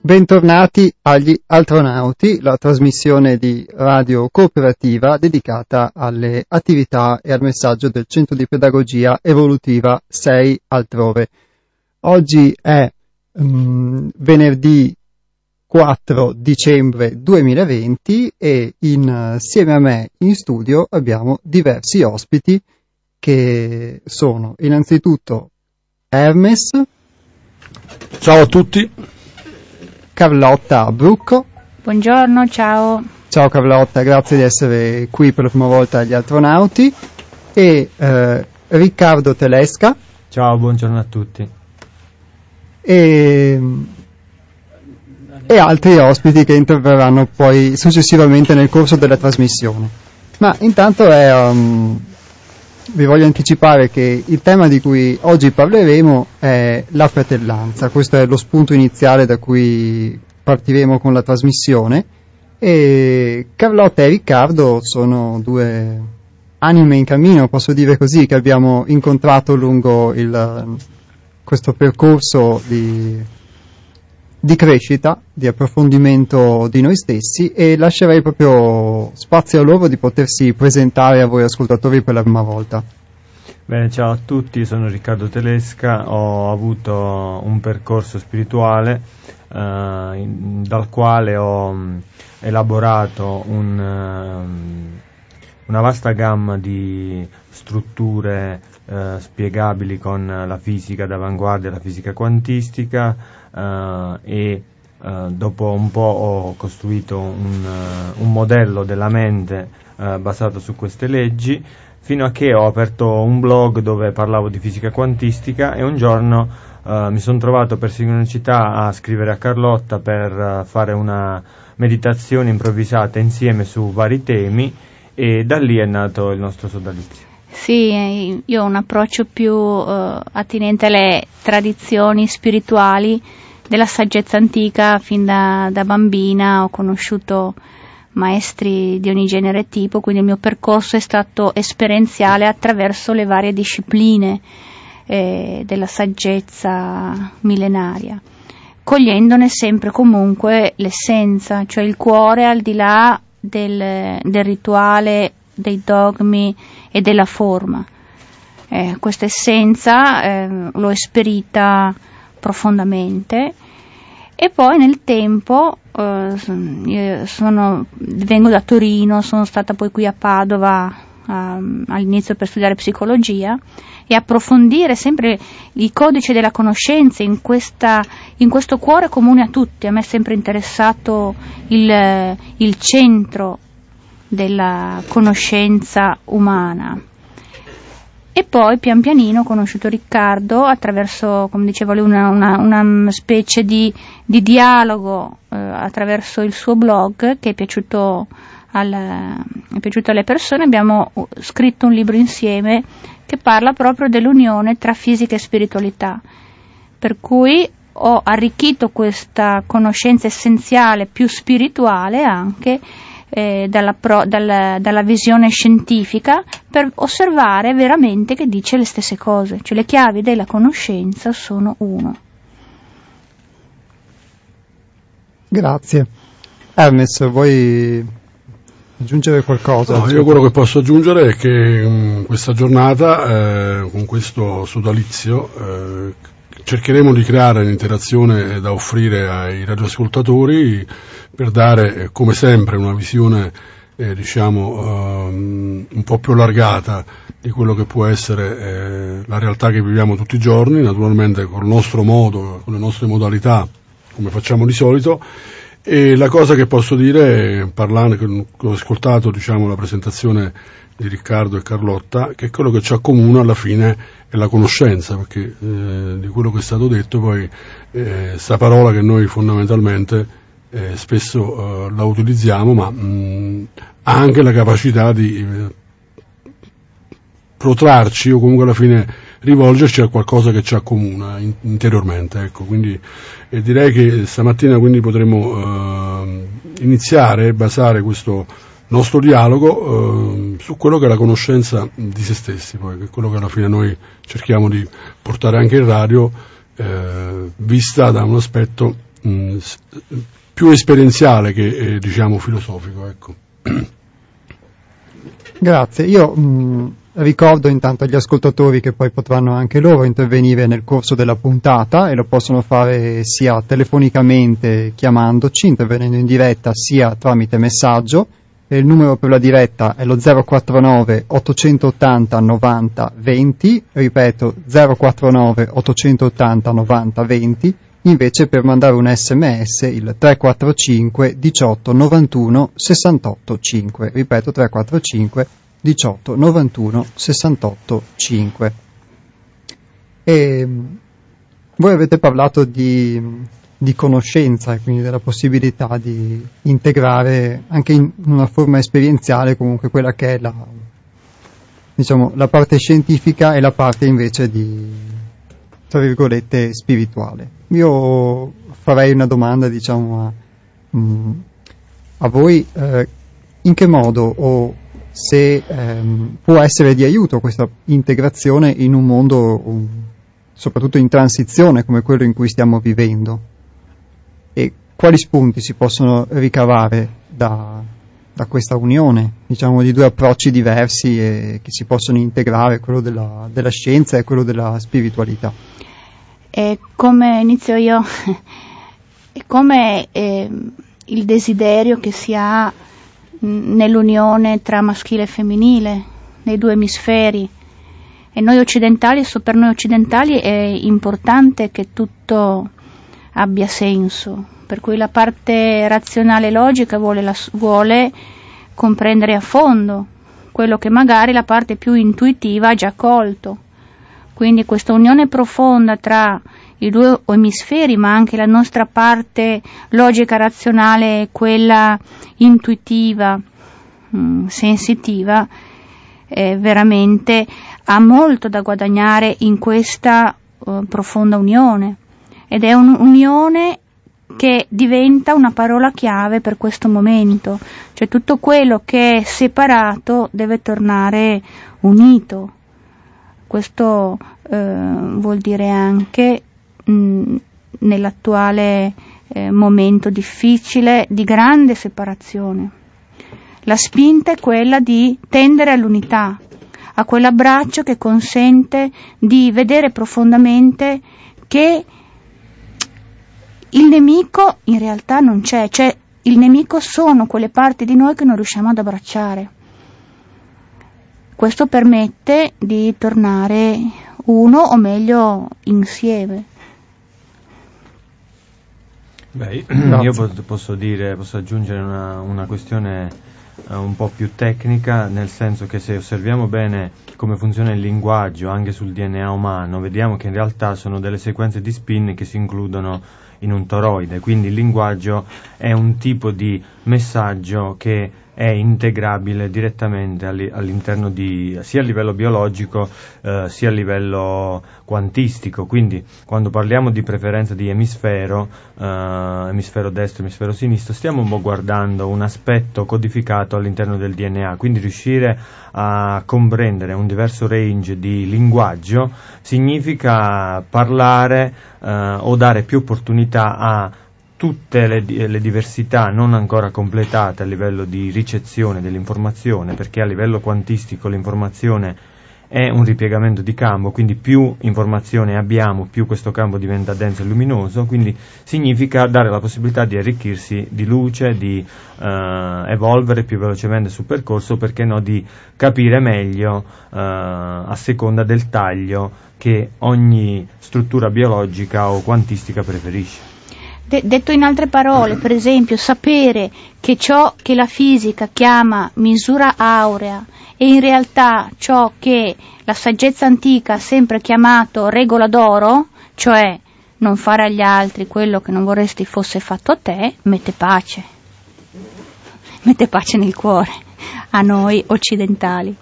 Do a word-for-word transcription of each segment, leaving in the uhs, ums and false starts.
Bentornati agli Altronauti, la trasmissione di radio cooperativa dedicata alle attività e al messaggio del Centro di Pedagogia Evolutiva sei Altrove. Oggi è um, venerdì quattro dicembre duemilaventi e insieme a me in studio abbiamo diversi ospiti che sono innanzitutto Hermes. Ciao a tutti. Carlotta Brucco. Buongiorno, ciao. Ciao Carlotta, grazie di essere qui per la prima volta agli Altronauti. E eh, Riccardo Telesca. Ciao, buongiorno a tutti. E, e altri ospiti che interverranno poi successivamente nel corso della trasmissione. Ma intanto è, um, vi voglio anticipare che il tema di cui oggi parleremo è la fratellanza. Questo è lo spunto iniziale da cui partiremo con la trasmissione, e Carlotta e Riccardo sono due anime in cammino, posso dire così, che abbiamo incontrato lungo il, questo percorso di, di crescita, di approfondimento di noi stessi, e lascerei proprio spazio a loro di potersi presentare a voi ascoltatori per la prima volta. Bene, ciao a tutti, sono Riccardo Telesca, ho avuto un percorso spirituale eh, in, dal quale ho um, elaborato un, um, una vasta gamma di strutture eh, spiegabili con la fisica d'avanguardia, la fisica quantistica, eh, e eh, dopo un po' ho costruito un, uh, un modello della mente eh, basato su queste leggi, fino a che ho aperto un blog dove parlavo di fisica quantistica, e un giorno uh, mi sono trovato per sincronicità a scrivere a Carlotta per uh, fare una meditazione improvvisata insieme su vari temi, e da lì è nato il nostro sodalizio. Sì, io ho un approccio più uh, attinente alle tradizioni spirituali della saggezza antica. Fin da, da bambina ho conosciuto maestri di ogni genere e tipo, quindi il mio percorso è stato esperienziale attraverso le varie discipline eh, della saggezza millenaria, cogliendone sempre comunque l'essenza, cioè il cuore al di là del, del rituale, dei dogmi e della forma. Eh, questa essenza eh, l'ho esperita profondamente. E poi nel tempo, eh, io sono, vengo da Torino, sono stata poi qui a Padova um, all'inizio per studiare psicologia e approfondire sempre i codici della conoscenza in, questa, in questo cuore comune a tutti. A me è sempre interessato il, il centro della conoscenza umana. E poi pian pianino ho conosciuto Riccardo attraverso, come diceva lui, una, una, una specie di, di dialogo eh, attraverso il suo blog che è piaciuto, al, è piaciuto alle persone. Abbiamo scritto un libro insieme che parla proprio dell'unione tra fisica e spiritualità, per cui ho arricchito questa conoscenza essenziale più spirituale anche Eh, dalla, pro, dalla, dalla visione scientifica, per osservare veramente che dice le stesse cose, cioè le chiavi della conoscenza sono uno. Grazie. Hermes, vuoi aggiungere qualcosa? No, io quello che posso aggiungere è che in questa giornata, eh, con questo sodalizio, eh, cercheremo di creare un'interazione da offrire ai radioascoltatori per dare, eh, come sempre, una visione eh, diciamo um, un po' più allargata di quello che può essere eh, la realtà che viviamo tutti i giorni, naturalmente col nostro modo, con le nostre modalità, come facciamo di solito. E la cosa che posso dire, parlando, che ho ascoltato diciamo la presentazione di Riccardo e Carlotta, che quello che ci accomuna alla fine è la conoscenza, perché eh, di quello che è stato detto poi eh, sta parola che noi fondamentalmente eh, spesso eh, la utilizziamo, ma mh, ha anche la capacità di eh, protrarci o comunque alla fine rivolgerci a qualcosa che ci accomuna in, interiormente, ecco. Quindi eh, direi che stamattina quindi potremo eh, iniziare e basare questo nostro dialogo eh, su quello che è la conoscenza di se stessi, poi, che è quello che alla fine noi cerchiamo di portare anche in radio, eh, vista da un aspetto mh, più esperienziale che eh, diciamo filosofico, ecco. Grazie. Io mh, ricordo intanto agli ascoltatori che poi potranno anche loro intervenire nel corso della puntata, e lo possono fare sia telefonicamente chiamandoci, intervenendo in diretta, sia tramite messaggio. E il numero per la diretta è lo zero quattro nove ottocentottanta novanta venti, ripeto zero quattro nove ottocentottanta novanta venti. Invece per mandare un sms il tre quattro cinque diciotto novantuno sessantotto cinque, ripeto tre quattro cinque diciotto novantuno sessantotto cinque. E voi avete parlato di, di conoscenza, e quindi della possibilità di integrare anche in una forma esperienziale comunque quella che è la, diciamo, la parte scientifica e la parte invece di, tra virgolette, spirituale. Io farei una domanda, diciamo, a, mh, a voi, eh, in che modo o se ehm, può essere di aiuto questa integrazione in un mondo um, soprattutto in transizione come quello in cui stiamo vivendo, e quali spunti si possono ricavare da, da questa unione, diciamo, di due approcci diversi e che si possono integrare, quello della, della scienza e quello della spiritualità. E come inizio io, è come eh, il desiderio che si ha mh, nell'unione tra maschile e femminile, nei due emisferi. E noi occidentali, so per noi occidentali è importante che tutto abbia senso, per cui la parte razionale e logica vuole, la, vuole comprendere a fondo quello che magari la parte più intuitiva ha già colto. Quindi questa unione profonda tra i due emisferi, ma anche la nostra parte logica razionale e quella intuitiva, mh, sensitiva, eh, veramente ha molto da guadagnare in questa uh, profonda unione. Ed è un'unione che diventa una parola chiave per questo momento, cioè tutto quello che è separato deve tornare unito. Questo eh, vuol dire anche mh, nell'attuale eh, momento difficile di grande separazione. La spinta è quella di tendere all'unità, a quell'abbraccio che consente di vedere profondamente che il nemico in realtà non c'è, cioè il nemico sono quelle parti di noi che non riusciamo ad abbracciare. Questo permette di tornare uno, o meglio insieme. Beh, io posso dire, posso aggiungere una, una questione uh, un po' più tecnica, nel senso che se osserviamo bene come funziona il linguaggio anche sul D N A umano, vediamo che in realtà sono delle sequenze di spin che si includono in un toroide, quindi il linguaggio è un tipo di messaggio che è integrabile direttamente all'interno di, sia a livello biologico eh, sia a livello quantistico. Quindi quando parliamo di preferenza di emisfero, eh, emisfero destro, emisfero sinistro, stiamo un po' guardando un aspetto codificato all'interno del D N A, quindi riuscire a comprendere un diverso range di linguaggio significa parlare eh, o dare più opportunità a tutte le, le diversità non ancora completate a livello di ricezione dell'informazione, perché a livello quantistico l'informazione è un ripiegamento di campo, quindi più informazione abbiamo, più questo campo diventa denso e luminoso, quindi significa dare la possibilità di arricchirsi di luce, di eh, evolvere più velocemente sul percorso, perché no, di capire meglio eh, a seconda del taglio che ogni struttura biologica o quantistica preferisce. Detto in altre parole, per esempio, sapere che ciò che la fisica chiama misura aurea è in realtà ciò che la saggezza antica ha sempre chiamato regola d'oro, cioè non fare agli altri quello che non vorresti fosse fatto a te, mette pace, mette pace nel cuore a noi occidentali.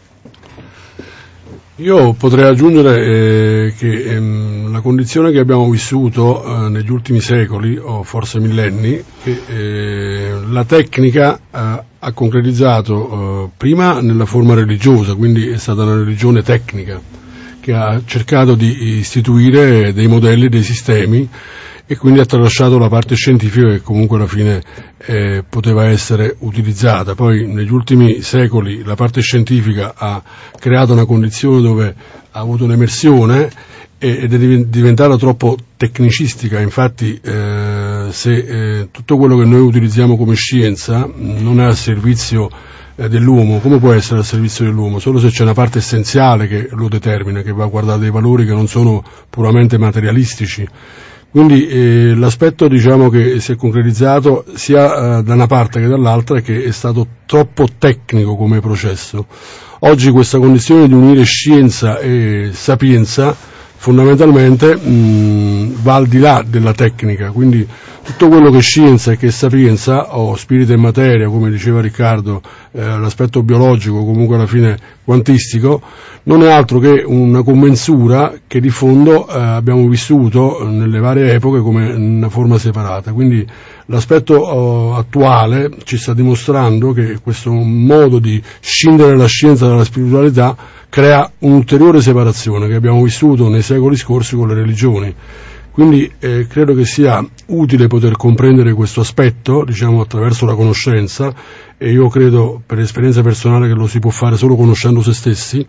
Io potrei aggiungere eh, che ehm, la condizione che abbiamo vissuto eh, negli ultimi secoli, o forse millenni, che eh, la tecnica eh, ha concretizzato eh, prima nella forma religiosa, quindi è stata una religione tecnica, che ha cercato di istituire dei modelli, dei sistemi, e quindi ha tralasciato la parte scientifica che comunque alla fine eh, poteva essere utilizzata. Poi negli ultimi secoli la parte scientifica ha creato una condizione dove ha avuto un'emersione ed è diventata troppo tecnicistica. Infatti eh, se eh, tutto quello che noi utilizziamo come scienza non è al servizio eh, dell'uomo, come può essere al servizio dell'uomo? Solo se c'è una parte essenziale che lo determina, che va a guardare dei valori che non sono puramente materialistici. Quindi eh, l'aspetto, diciamo, che si è concretizzato sia eh, da una parte che dall'altra è che è stato troppo tecnico come processo. Oggi questa condizione di unire scienza e sapienza fondamentalmente mh, va al di là della tecnica, quindi tutto quello che è scienza e che è sapienza, o spirito e materia, come diceva Riccardo, eh, l'aspetto biologico, comunque alla fine quantistico, non è altro che una commensura che di fondo eh, abbiamo vissuto nelle varie epoche come una forma separata. Quindi l'aspetto oh, attuale ci sta dimostrando che questo modo di scindere la scienza dalla spiritualità crea un'ulteriore separazione che abbiamo vissuto nei secoli scorsi con le religioni. Quindi eh, credo che sia utile poter comprendere questo aspetto, diciamo, attraverso la conoscenza, e io credo per esperienza personale che lo si può fare solo conoscendo se stessi,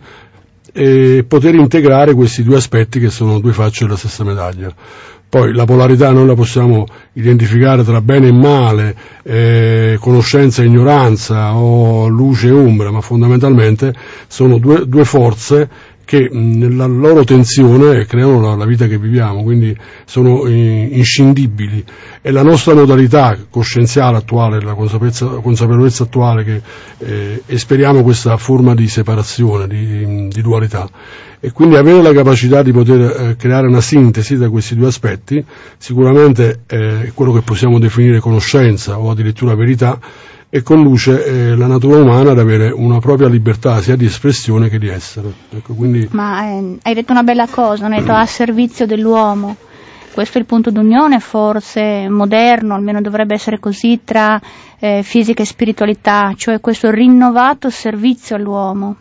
e poter integrare questi due aspetti che sono due facce della stessa medaglia. Poi la polarità noi la possiamo identificare tra bene e male, eh, conoscenza e ignoranza, o luce e ombra, ma fondamentalmente sono due, due forze che nella loro tensione creano la, la vita che viviamo, quindi sono eh, inscindibili. E la nostra modalità coscienziale attuale, la consapevolezza, consapevolezza attuale, che eh, esperiamo questa forma di separazione, di, di dualità, e quindi avere la capacità di poter eh, creare una sintesi da questi due aspetti, sicuramente eh, è quello che possiamo definire conoscenza o addirittura verità, e conduce eh, la natura umana ad avere una propria libertà sia di espressione che di essere. Ecco, quindi... Ma eh, hai detto una bella cosa, hai detto a servizio dell'uomo. Questo è il punto d'unione forse moderno, almeno dovrebbe essere così, tra eh, fisica e spiritualità, cioè questo rinnovato servizio all'uomo.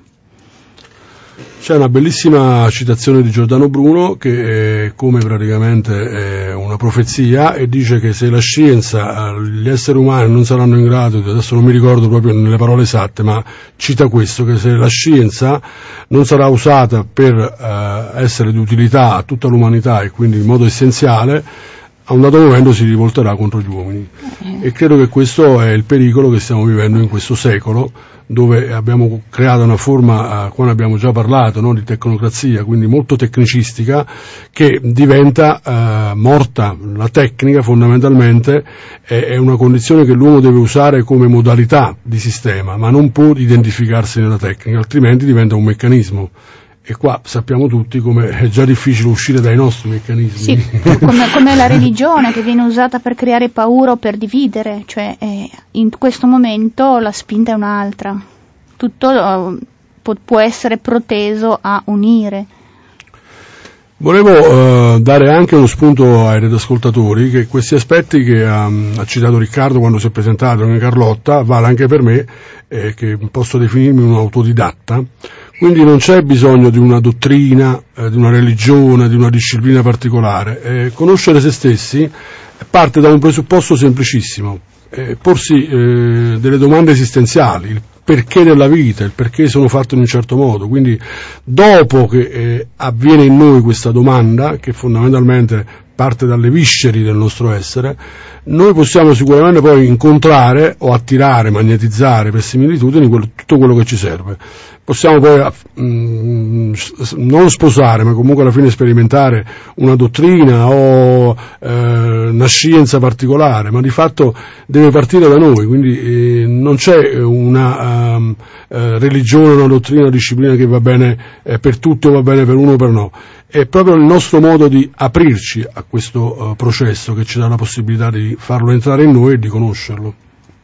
C'è una bellissima citazione di Giordano Bruno che è come praticamente è una profezia, e dice che se la scienza, gli esseri umani non saranno in grado, adesso non mi ricordo proprio nelle parole esatte, ma cita questo, che se la scienza non sarà usata per eh, essere di utilità a tutta l'umanità e quindi in modo essenziale, a un dato momento si rivolterà contro gli uomini. E credo che questo è il pericolo che stiamo vivendo in questo secolo, dove abbiamo creato una forma, eh, quando abbiamo già parlato, no, di tecnocrazia, quindi molto tecnicistica, che diventa eh, morta. La tecnica fondamentalmente è, è una condizione che l'uomo deve usare come modalità di sistema, ma non può identificarsi nella tecnica, altrimenti diventa un meccanismo. E qua sappiamo tutti come è già difficile uscire dai nostri meccanismi. Sì, come, come la religione che viene usata per creare paura o per dividere, cioè eh, in questo momento la spinta è un'altra. Tutto uh, può, può essere proteso a unire. Volevo uh, dare anche uno spunto ai radioascoltatori, che questi aspetti che um, ha citato Riccardo quando si è presentato, anche Carlotta, vale anche per me, eh, che posso definirmi un autodidatta. Quindi non c'è bisogno di una dottrina, eh, di una religione, di una disciplina particolare. Eh, conoscere se stessi parte da un presupposto semplicissimo, eh, porsi eh, delle domande esistenziali, il perché della vita, il perché sono fatto in un certo modo. Quindi dopo che eh, avviene in noi questa domanda, che fondamentalmente parte dalle visceri del nostro essere, noi possiamo sicuramente poi incontrare o attirare, magnetizzare per similitudini quello, tutto quello che ci serve. Possiamo poi mh, non sposare, ma comunque alla fine sperimentare una dottrina o eh, una scienza particolare, ma di fatto deve partire da noi, quindi eh, non c'è una um, eh, religione, una dottrina, una disciplina che va bene eh, per tutti o va bene per uno o per no. È proprio il nostro modo di aprirci a questo uh, processo che ci dà la possibilità di farlo entrare in noi e di conoscerlo.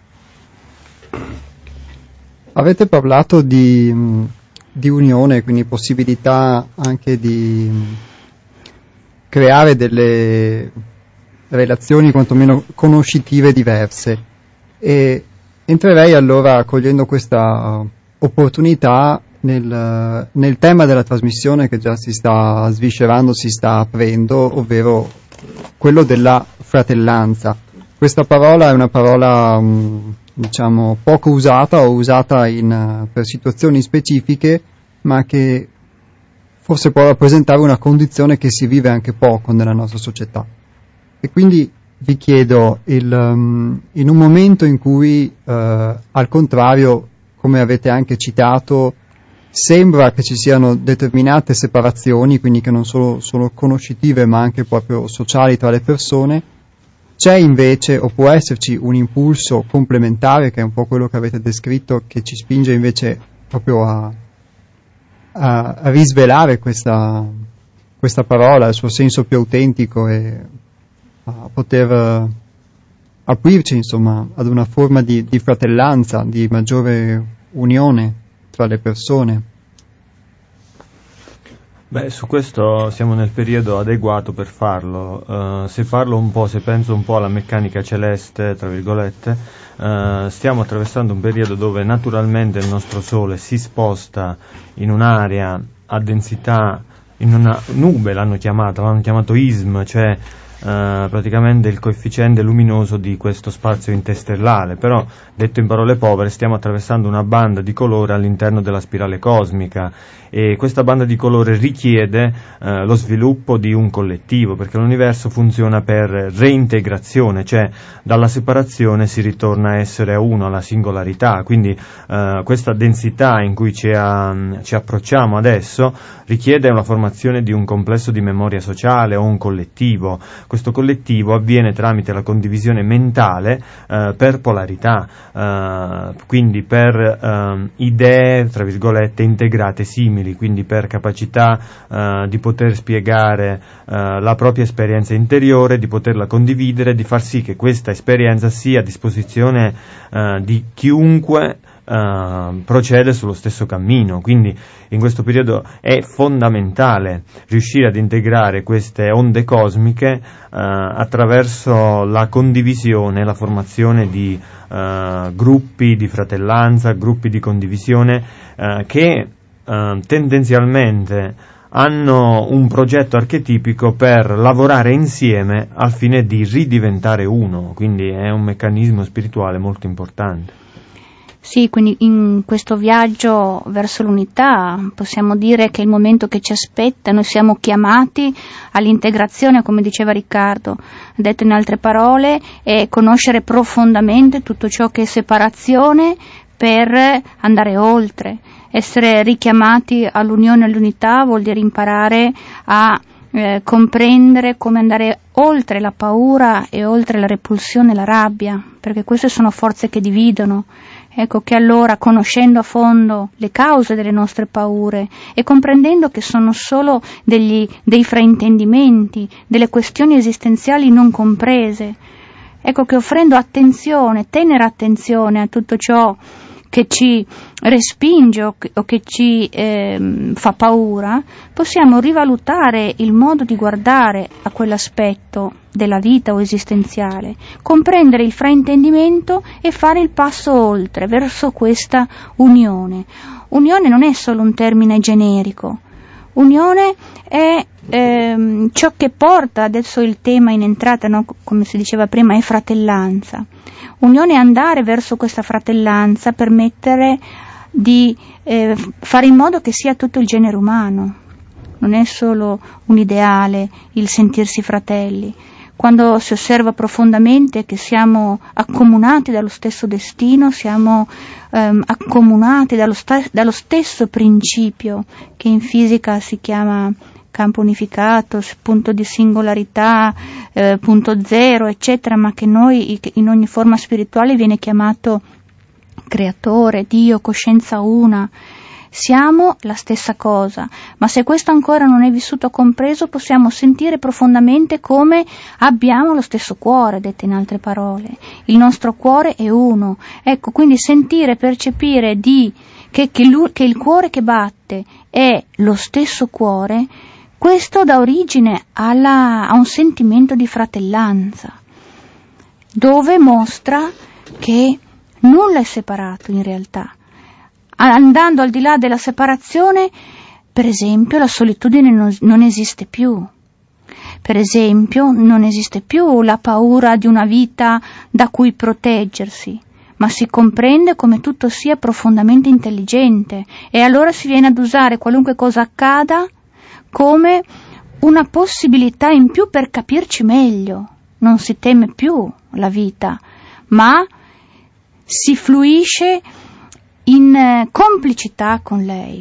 Avete parlato di, di unione, quindi possibilità anche di creare delle relazioni quantomeno conoscitive diverse, e entrerei allora, cogliendo questa opportunità, nel, nel tema della trasmissione che già si sta sviscerando, si sta aprendo, ovvero quello della fratellanza. Questa parola è una parola mh, diciamo poco usata o usata in, uh, per situazioni specifiche, ma che forse può rappresentare una condizione che si vive anche poco nella nostra società. E quindi vi chiedo, il, um, in un momento in cui uh, al contrario, come avete anche citato, sembra che ci siano determinate separazioni, quindi che non solo sono conoscitive ma anche proprio sociali tra le persone, c'è invece o può esserci un impulso complementare, che è un po' quello che avete descritto, che ci spinge invece proprio a, a, a risvelare questa, questa parola, il suo senso più autentico, e a poter uh, aprirci insomma ad una forma di, di fratellanza, di maggiore unione tra le persone. Beh, su questo siamo nel periodo adeguato per farlo. Uh, se parlo un po', se penso un po' alla meccanica celeste, tra virgolette, uh, stiamo attraversando un periodo dove naturalmente il nostro Sole si sposta in un'area a densità, in una nube l'hanno chiamata, l'hanno chiamato I S M, cioè Uh, praticamente il coefficiente luminoso di questo spazio interstellare, però detto in parole povere stiamo attraversando una banda di colore all'interno della spirale cosmica, e questa banda di colore richiede uh, lo sviluppo di un collettivo, perché l'universo funziona per reintegrazione, cioè dalla separazione si ritorna a essere uno, alla singolarità, quindi uh, questa densità in cui ci, a, ci approcciamo adesso richiede una formazione di un complesso di memoria sociale o un collettivo. Questo collettivo avviene tramite la condivisione mentale eh, per polarità, eh, quindi per eh, idee, tra virgolette, integrate simili, quindi per capacità eh, di poter spiegare eh, la propria esperienza interiore, di poterla condividere, di far sì che questa esperienza sia a disposizione eh, di chiunque Uh, procede sullo stesso cammino. Quindi in questo periodo è fondamentale riuscire ad integrare queste onde cosmiche uh, attraverso la condivisione, la formazione di uh, gruppi di fratellanza, gruppi di condivisione uh, che uh, tendenzialmente hanno un progetto archetipico per lavorare insieme al fine di ridiventare uno, quindi è un meccanismo spirituale molto importante. Sì, quindi in questo viaggio verso l'unità possiamo dire che è il momento che ci aspetta, noi siamo chiamati all'integrazione, come diceva Riccardo, detto in altre parole, è conoscere profondamente tutto ciò che è separazione per andare oltre. Essere richiamati all'unione e all'unità vuol dire imparare a eh, comprendere come andare oltre la paura e oltre la repulsione e la rabbia, perché queste sono forze che dividono. Ecco che allora, conoscendo a fondo le cause delle nostre paure e comprendendo che sono solo degli, dei fraintendimenti, delle questioni esistenziali non comprese, ecco che offrendo attenzione, tenera attenzione a tutto ciò che ci respinge o che, o che ci eh, fa paura, possiamo rivalutare il modo di guardare a quell'aspetto della vita o esistenziale, comprendere il fraintendimento e fare il passo oltre, verso questa unione. Unione non è solo un termine generico, unione è ehm, ciò che porta, adesso il tema in entrata, no? Come si diceva prima, è fratellanza. Unione è andare verso questa fratellanza, permettere di eh, fare in modo che sia tutto il genere umano, non è solo un ideale il sentirsi fratelli. Quando si osserva profondamente che siamo accomunati dallo stesso destino, siamo ehm, accomunati dallo, sta- dallo stesso principio che in fisica si chiama campo unificato, punto di singolarità, eh, punto zero, eccetera, ma che noi in ogni forma spirituale viene chiamato creatore, Dio, coscienza una. Siamo la stessa cosa, ma se questo ancora non è vissuto compreso, possiamo sentire profondamente come abbiamo lo stesso cuore, dette in altre parole. Il nostro cuore è uno. Ecco, quindi sentire, percepire di, che, che, che il cuore che batte è lo stesso cuore, questo dà origine alla, a un sentimento di fratellanza, dove mostra che nulla è separato in realtà. Andando al di là della separazione, per esempio, la solitudine non, non esiste più. Per esempio, non esiste più la paura di una vita da cui proteggersi, ma si comprende come tutto sia profondamente intelligente, e allora si viene ad usare qualunque cosa accada come una possibilità in più per capirci meglio. Non si teme più la vita, ma si fluisce in eh, complicità con lei.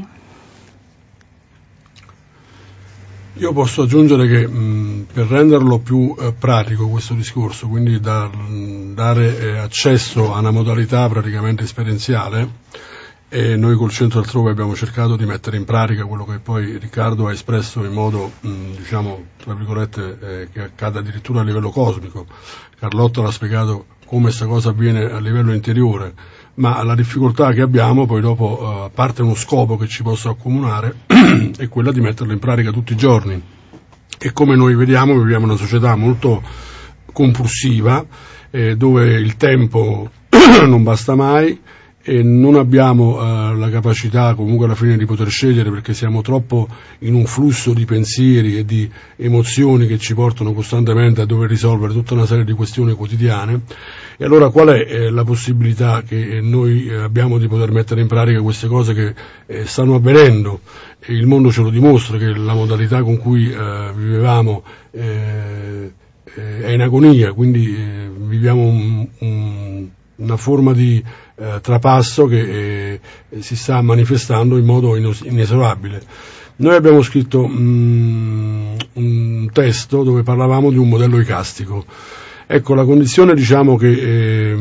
Io posso aggiungere che mh, per renderlo più eh, pratico questo discorso, quindi dar, dare eh, accesso a una modalità praticamente esperienziale, e noi col Centro Altrove abbiamo cercato di mettere in pratica quello che poi Riccardo ha espresso in modo, mh, diciamo, tra virgolette, eh, che accade addirittura a livello cosmico. Carlotta l'ha spiegato come questa cosa avviene a livello interiore, ma la difficoltà che abbiamo poi dopo, uh, a parte uno scopo che ci possa accomunare, è quella di metterlo in pratica tutti i giorni. E come noi vediamo, viviamo in una società molto compulsiva, eh, dove il tempo non basta mai, e non abbiamo uh, la capacità comunque alla fine di poter scegliere, perché siamo troppo in un flusso di pensieri e di emozioni che ci portano costantemente a dover risolvere tutta una serie di questioni quotidiane. E allora qual è eh, la possibilità che noi eh, abbiamo di poter mettere in pratica queste cose che eh, stanno avvenendo? E il mondo ce lo dimostra, che la modalità con cui eh, vivevamo eh, eh, è in agonia, quindi eh, viviamo un, un, una forma di eh, trapasso che eh, si sta manifestando in modo inos- inesorabile. Noi abbiamo scritto mm, un testo dove parlavamo di un modello icastico. Ecco, la condizione, diciamo, che eh,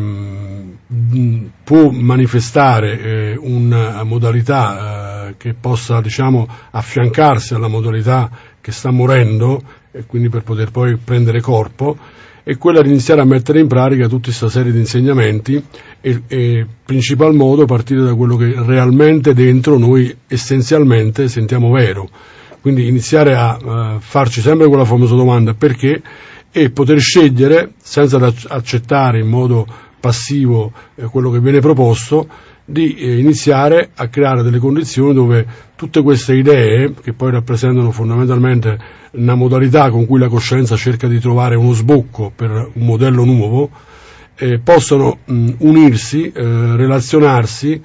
può manifestare eh, una modalità eh, che possa, diciamo, affiancarsi alla modalità che sta morendo, e quindi per poter poi prendere corpo, è quella di iniziare a mettere in pratica tutta questa serie di insegnamenti e, e principal modo partire da quello che realmente dentro noi essenzialmente sentiamo vero. Quindi iniziare a uh, farci sempre quella famosa domanda: perché? E poter scegliere, senza accettare in modo passivo eh, quello che viene proposto, di eh, iniziare a creare delle condizioni dove tutte queste idee, che poi rappresentano fondamentalmente una modalità con cui la coscienza cerca di trovare uno sbocco per un modello nuovo, eh, possano mh, unirsi, eh, relazionarsi,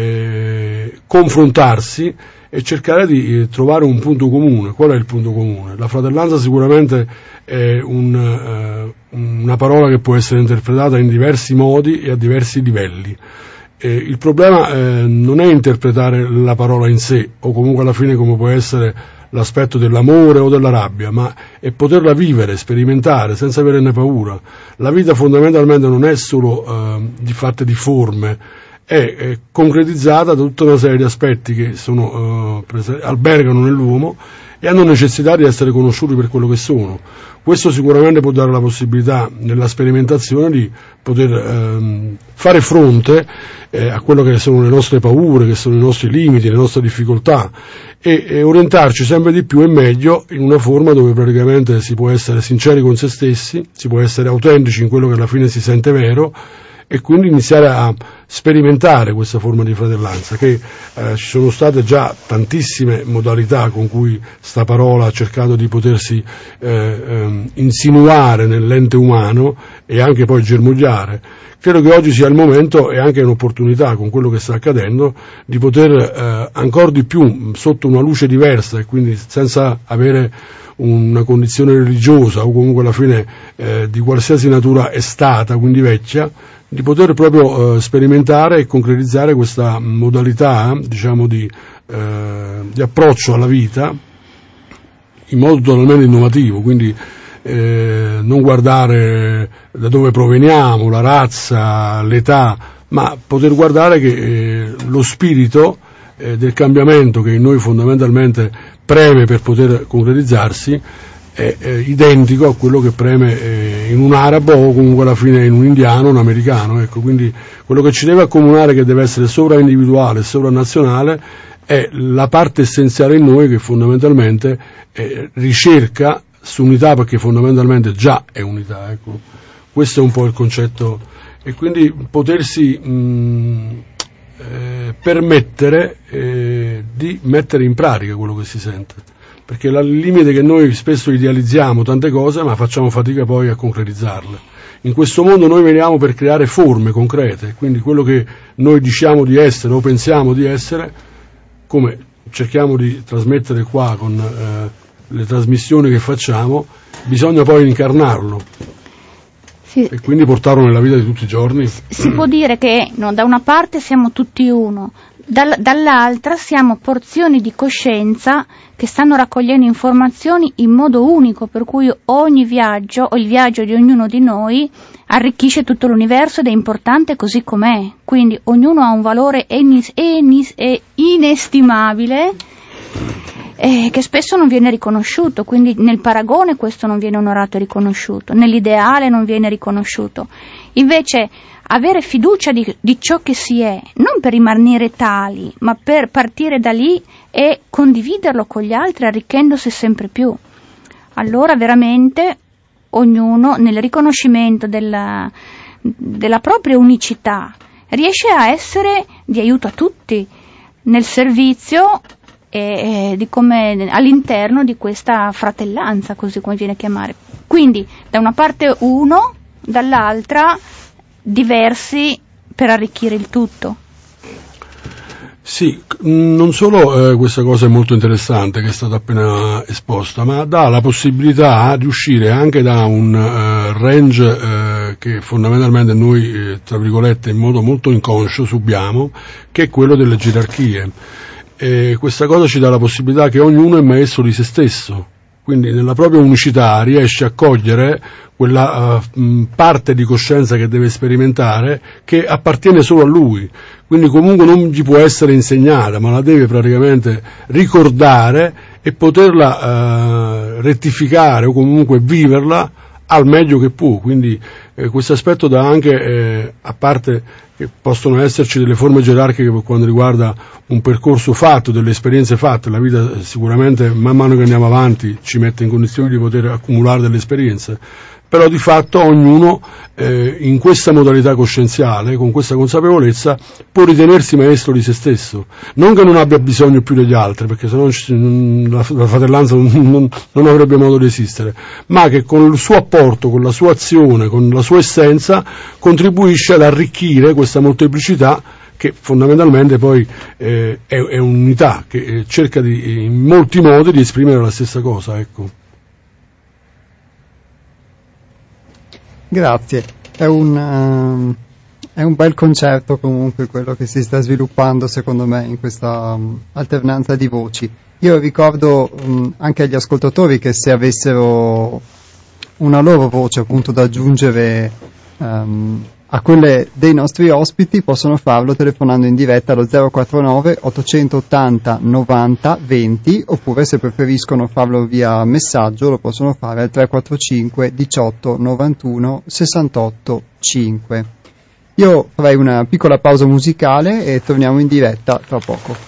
eh, confrontarsi e cercare di eh, trovare un punto comune. Qual è il punto comune? La fratellanza sicuramente è un, eh, una parola che può essere interpretata in diversi modi e a diversi livelli. Eh, il problema eh, non è interpretare la parola in sé, o comunque alla fine come può essere l'aspetto dell'amore o della rabbia, ma è poterla vivere, sperimentare, senza averne paura. La vita fondamentalmente non è solo eh, di fatte di forme, è, è concretizzata da tutta una serie di aspetti che sono, eh, prese, albergano nell'uomo e hanno necessità di essere conosciuti per quello che sono. Questo sicuramente può dare la possibilità, nella sperimentazione, di poter ehm, fare fronte eh, a quello che sono le nostre paure, che sono i nostri limiti, le nostre difficoltà, e, e orientarci sempre di più e meglio in una forma dove praticamente si può essere sinceri con se stessi, si può essere autentici in quello che alla fine si sente vero, e quindi iniziare a sperimentare questa forma di fratellanza, che eh, ci sono state già tantissime modalità con cui sta parola ha cercato di potersi eh, eh, insinuare nell'ente umano e anche poi germogliare. Credo che oggi sia il momento, e anche un'opportunità con quello che sta accadendo, di poter eh, ancora di più, sotto una luce diversa e quindi senza avere una condizione religiosa o comunque alla fine eh, di qualsiasi natura è stata, quindi vecchia, di poter proprio eh, sperimentare e concretizzare questa modalità, diciamo, di, eh, di approccio alla vita in modo totalmente innovativo, quindi eh, non guardare da dove proveniamo, la razza, l'età, ma poter guardare che eh, lo spirito eh, del cambiamento che in noi fondamentalmente preme per poter concretizzarsi è, è identico a quello che preme eh, in un arabo o comunque alla fine in un indiano, un americano. Ecco, quindi quello che ci deve accomunare, che deve essere sovraindividuale, sovranazionale, è la parte essenziale in noi che fondamentalmente eh, ricerca su unità, perché fondamentalmente già è unità. Ecco. Questo è un po' il concetto, e quindi potersi mh, eh, permettere eh, di mettere in pratica quello che si sente. perché il limite è che noi spesso idealizziamo tante cose ma facciamo fatica poi a concretizzarle. In questo mondo noi veniamo per creare forme concrete, quindi quello che noi diciamo di essere o pensiamo di essere, come cerchiamo di trasmettere qua con eh, le trasmissioni che facciamo, bisogna poi incarnarlo. Sì. E quindi portarlo nella vita di tutti i giorni. Si può dire che no, da una parte siamo tutti uno, dal, dall'altra siamo porzioni di coscienza che stanno raccogliendo informazioni in modo unico, per cui ogni viaggio o il viaggio di ognuno di noi arricchisce tutto l'universo ed è importante così com'è. Quindi ognuno ha un valore enis, enis, e inestimabile eh, che spesso non viene riconosciuto, quindi nel paragone questo non viene onorato e riconosciuto, nell'ideale non viene riconosciuto. Invece avere fiducia di, di ciò che si è, non per rimanere tali, ma per partire da lì e condividerlo con gli altri arricchendosi sempre più. Allora veramente ognuno nel riconoscimento della, della propria unicità riesce a essere di aiuto a tutti nel servizio e, e di come all'interno di questa fratellanza, così come viene chiamare. Quindi da una parte uno, dall'altra diversi per arricchire il tutto. Sì, non solo eh, questa cosa è molto interessante che è stata appena esposta, ma dà la possibilità di uscire anche da un uh, range uh, che fondamentalmente noi, eh, tra virgolette, in modo molto inconscio subiamo, che è quello delle gerarchie. E questa cosa ci dà la possibilità che ognuno è maestro di se stesso, quindi nella propria unicità riesce a cogliere quella uh, parte di coscienza che deve sperimentare, che appartiene solo a lui, quindi comunque non gli può essere insegnata, ma la deve praticamente ricordare e poterla uh, rettificare o comunque viverla al meglio che può. Quindi eh, questo aspetto dà anche, eh, a parte che possono esserci delle forme gerarchiche per quanto riguarda un percorso fatto, delle esperienze fatte, la vita sicuramente man mano che andiamo avanti ci mette in condizioni di poter accumulare delle esperienze, però di fatto ognuno eh, in questa modalità coscienziale, con questa consapevolezza, può ritenersi maestro di se stesso, non che non abbia bisogno più degli altri, perché sennò la, la fratellanza non, non, non avrebbe modo di esistere, ma che con il suo apporto, con la sua azione, con la sua essenza, contribuisce ad arricchire questa molteplicità che fondamentalmente poi eh, è, è un'unità che eh, cerca di, in molti modi di esprimere la stessa cosa, ecco. Grazie, è un, um, è un bel concetto comunque quello che si sta sviluppando secondo me in questa um, alternanza di voci. Io ricordo um, anche agli ascoltatori che se avessero una loro voce appunto da aggiungere um, a quelle dei nostri ospiti possono farlo telefonando in diretta allo zero quattro nove ottocentottanta novanta venti, oppure se preferiscono farlo via messaggio lo possono fare al tre quattro cinque diciotto novantuno sessantotto cinque. Io farei una piccola pausa musicale e torniamo in diretta tra poco.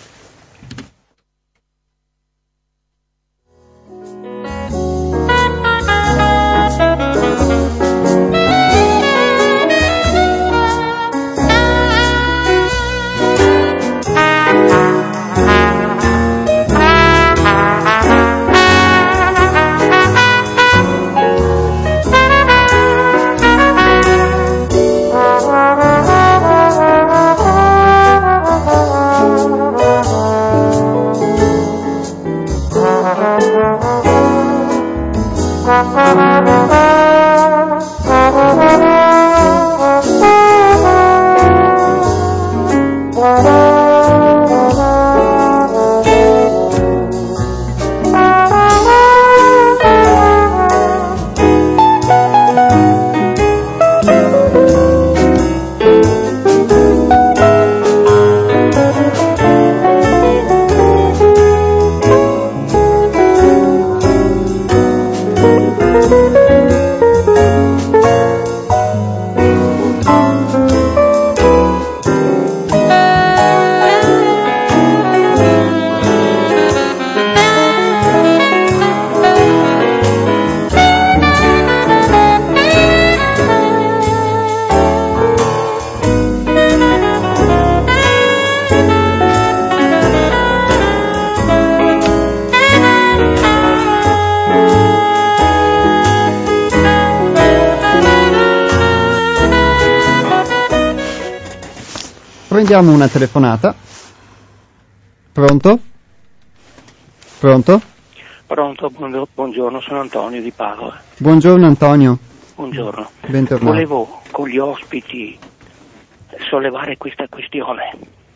Prendiamo una telefonata. Pronto? Pronto? Pronto, buongiorno, sono Antonio di Padova. Buongiorno Antonio. Buongiorno. Bentornato. Volevo con gli ospiti sollevare questa questione.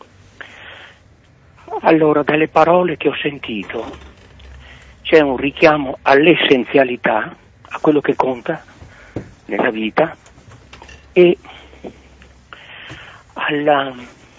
Allora, dalle parole che ho sentito c'è un richiamo all'essenzialità, a quello che conta nella vita e alla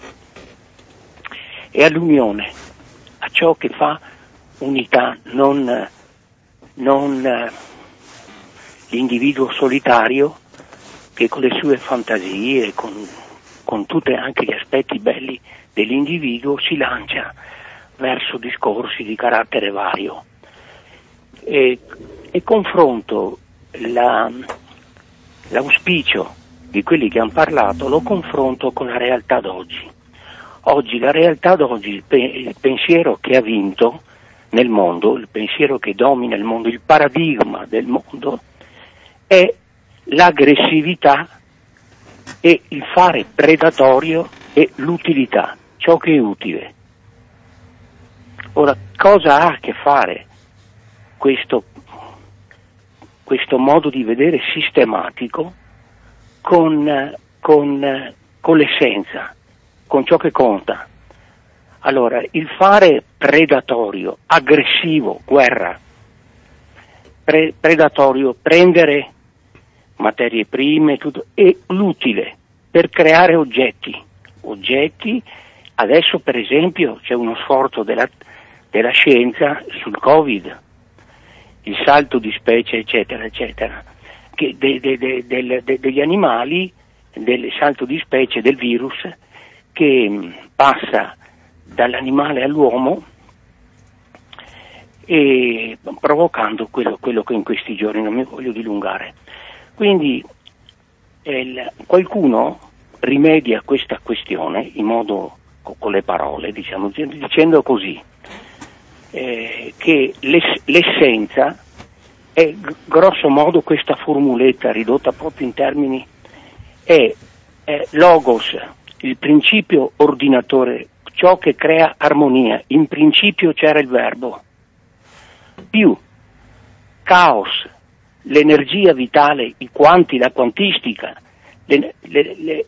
e all'unione, a ciò che fa unità, non, non l'individuo solitario che con le sue fantasie, con, con tutti anche gli aspetti belli dell'individuo si lancia verso discorsi di carattere vario e, e confronto la, l'auspicio di quelli che hanno parlato, lo confronto con la realtà d'oggi. Oggi la realtà d'oggi, il, pe- il pensiero che ha vinto nel mondo, il pensiero che domina il mondo, il paradigma del mondo è l'aggressività e il fare predatorio e l'utilità, ciò che è utile. Ora, cosa ha a che fare questo, questo modo di vedere sistematico con, con, con l'essenza, con ciò che conta? Allora, il fare predatorio, aggressivo, guerra, pre- predatorio, prendere materie prime, tutto, e l'utile per creare oggetti. Oggetti, adesso per esempio c'è uno sforzo della, della scienza sul Covid, il salto di specie, eccetera, eccetera, che de, de, de, de, de, degli animali, del salto di specie del virus che passa dall'animale all'uomo e provocando quello, quello che in questi giorni non mi voglio dilungare. Quindi eh, qualcuno rimedia questa questione in modo con le parole, diciamo, dicendo così eh, che l'ess- l'essenza è grosso modo questa formuletta ridotta proprio in termini è, è logos, il principio ordinatore, ciò che crea armonia. In principio c'era il verbo, più caos, l'energia vitale, i quanti, la quantistica, le, le, le,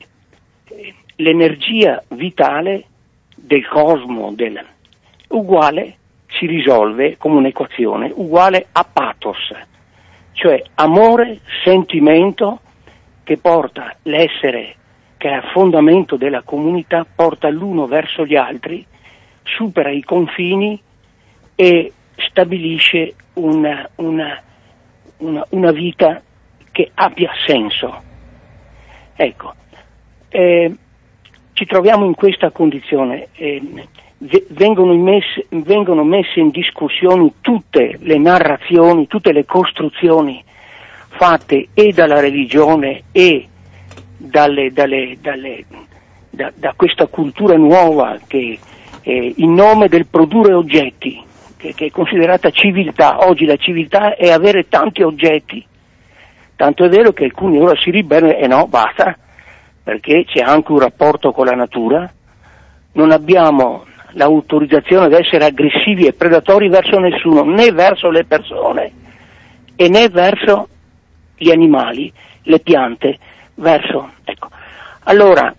l'energia vitale del cosmo, del, uguale, si risolve come un'equazione, uguale a pathos, cioè amore, sentimento che porta l'essere, che è a fondamento della comunità, porta l'uno verso gli altri, supera i confini e stabilisce una, una, una, una vita che abbia senso. Ecco, eh, ci troviamo in questa condizione, eh, vengono, messe, vengono messe in discussione tutte le narrazioni, tutte le costruzioni fatte e dalla religione e dalle, dalle, dalle, da, da questa cultura nuova che eh, in nome del produrre oggetti, che, che è considerata civiltà. Oggi la civiltà è avere tanti oggetti, tanto è vero che alcuni ora si ribellano e no, basta, perché c'è anche un rapporto con la natura, non abbiamo l'autorizzazione ad essere aggressivi e predatori verso nessuno, né verso le persone e né verso gli animali, le piante, verso, ecco. Allora,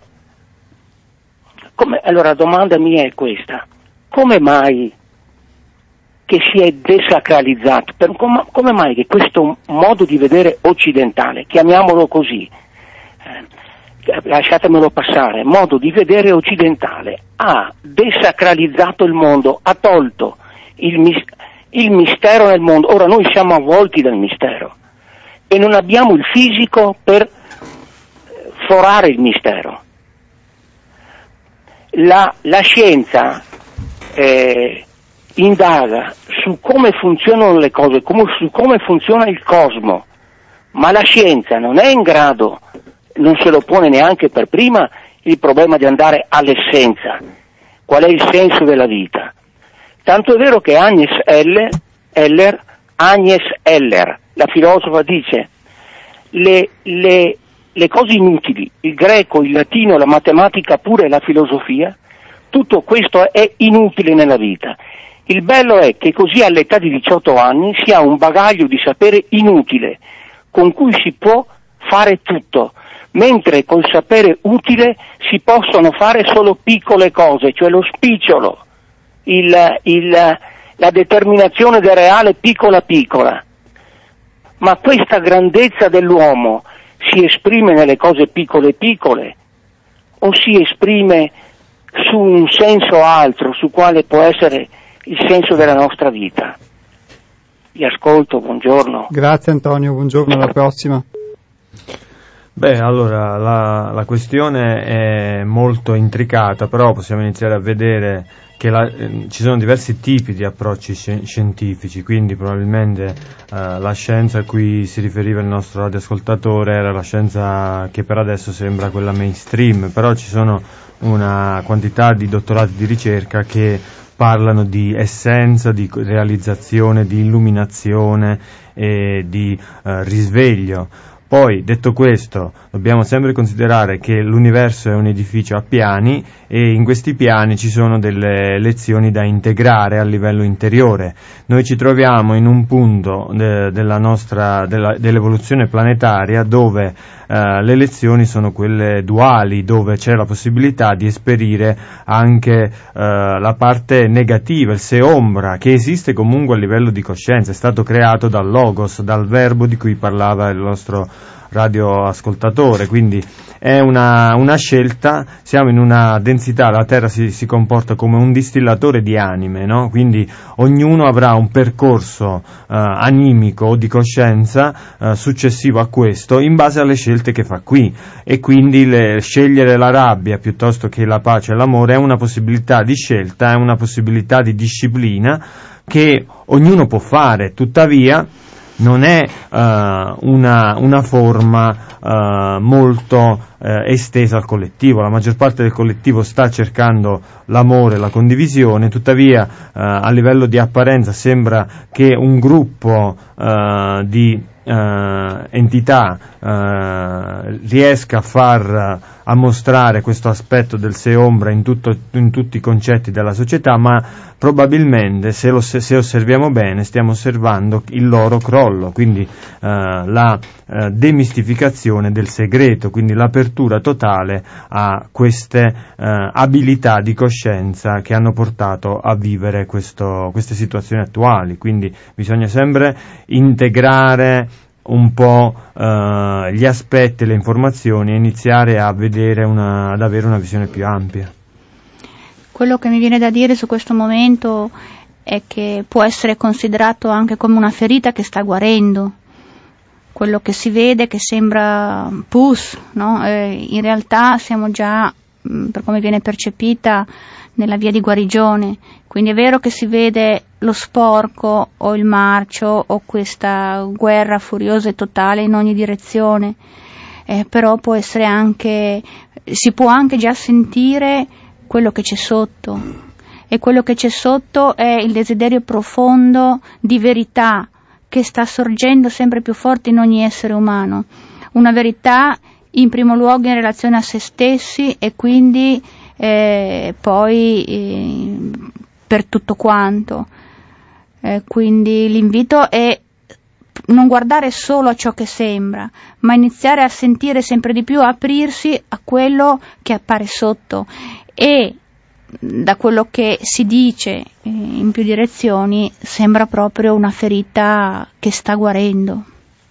come, allora la domanda mia è questa: come mai che si è desacralizzato, per, com, come mai che questo modo di vedere occidentale, chiamiamolo così, eh, lasciatemelo passare, modo di vedere occidentale, ha desacralizzato il mondo, ha tolto il, mis- il mistero nel mondo. Ora noi siamo avvolti dal mistero e non abbiamo il fisico per forare il mistero. La, la scienza eh, indaga su come funzionano le cose, come, su come funziona il cosmo, ma la scienza non è in grado, non se lo pone neanche per prima il problema di andare all'essenza, qual è il senso della vita. Tanto è vero che Agnes Heller, Heller Agnes Heller, la filosofa, dice le, le, le cose inutili, il greco, il latino, la matematica, pure la filosofia, tutto questo è inutile nella vita. Il bello è che così all'età di diciotto anni si ha un bagaglio di sapere inutile, con cui si può fare tutto, mentre col sapere utile si possono fare solo piccole cose, cioè lo spicciolo, il, il, la determinazione del reale piccola piccola. Ma questa grandezza dell'uomo si esprime nelle cose piccole piccole o si esprime su un senso altro, su quale può essere il senso della nostra vita? Vi ascolto, buongiorno. Grazie Antonio, buongiorno, alla prossima. Beh, allora, la, la questione è molto intricata, però possiamo iniziare a vedere che la, eh, ci sono diversi tipi di approcci sci- scientifici, quindi probabilmente eh, la scienza a cui si riferiva il nostro radioascoltatore era la scienza che per adesso sembra quella mainstream, però ci sono una quantità di dottorati di ricerca che parlano di essenza, di realizzazione, di illuminazione e di eh, risveglio. Poi, detto questo, dobbiamo sempre considerare che l'universo è un edificio a piani e in questi piani ci sono delle lezioni da integrare a livello interiore. Noi ci troviamo in un punto de- della nostra, della, dell'evoluzione planetaria dove eh, le lezioni sono quelle duali, dove c'è la possibilità di esperire anche eh, la parte negativa, il se ombra, che esiste comunque a livello di coscienza, è stato creato dal logos, dal verbo di cui parlava il nostro radioascoltatore, quindi è una, una scelta, siamo in una densità, la Terra si, si comporta come un distillatore di anime, no? Quindi ognuno avrà un percorso eh, animico o di coscienza eh, successivo a questo in base alle scelte che fa qui, e quindi le, scegliere la rabbia piuttosto che la pace e l'amore è una possibilità di scelta, è una possibilità di disciplina che ognuno può fare, tuttavia non è uh, una, una forma uh, molto uh, estesa al collettivo. La maggior parte del collettivo sta cercando l'amore, la condivisione, tuttavia uh, a livello di apparenza sembra che un gruppo uh, di Uh, entità uh, riesca a far uh, a mostrare questo aspetto del se ombra in, tutto, in tutti i concetti della società, ma probabilmente se, lo, se osserviamo bene stiamo osservando il loro crollo, quindi uh, la uh, demistificazione del segreto, quindi l'apertura totale a queste uh, abilità di coscienza che hanno portato a vivere questo, queste situazioni attuali. Quindi bisogna sempre integrare un po' uh, gli aspetti e le informazioni e iniziare a vedere una, ad avere una visione più ampia. Quello che mi viene da dire su questo momento è che può essere considerato anche come una ferita che sta guarendo. Quello che si vede che sembra pus, no? Eh, in realtà siamo già, mh, per come viene percepita, nella via di guarigione. Quindi è vero che si vede lo sporco o il marcio o questa guerra furiosa e totale in ogni direzione, eh, però può essere anche, si può anche già sentire quello che c'è sotto, e quello che c'è sotto è il desiderio profondo di verità che sta sorgendo sempre più forte in ogni essere umano, una verità in primo luogo in relazione a se stessi e quindi eh, poi eh, per tutto quanto. Eh, quindi l'invito è non guardare solo a ciò che sembra, ma iniziare a sentire sempre di più, a aprirsi a quello che appare sotto, e da quello che si dice eh, in più direzioni sembra proprio una ferita che sta guarendo.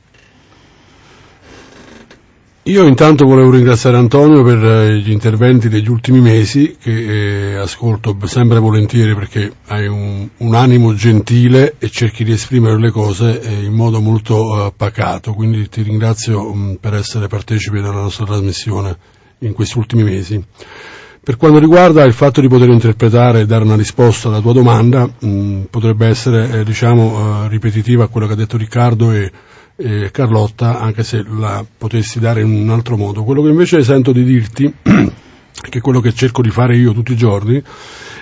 Io intanto volevo ringraziare Antonio per eh, gli interventi degli ultimi mesi, che eh, ascolto sempre volentieri, perché hai un, un animo gentile e cerchi di esprimere le cose eh, in modo molto eh, pacato, quindi ti ringrazio mh, per essere partecipe della nostra trasmissione in questi ultimi mesi. Per quanto riguarda il fatto di poter interpretare e dare una risposta alla tua domanda, mh, potrebbe essere eh, diciamo eh, ripetitiva a quello che ha detto Riccardo e Eh, Carlotta, anche se la potessi dare in un altro modo. Quello che invece sento di dirti, che è quello che cerco di fare io tutti i giorni,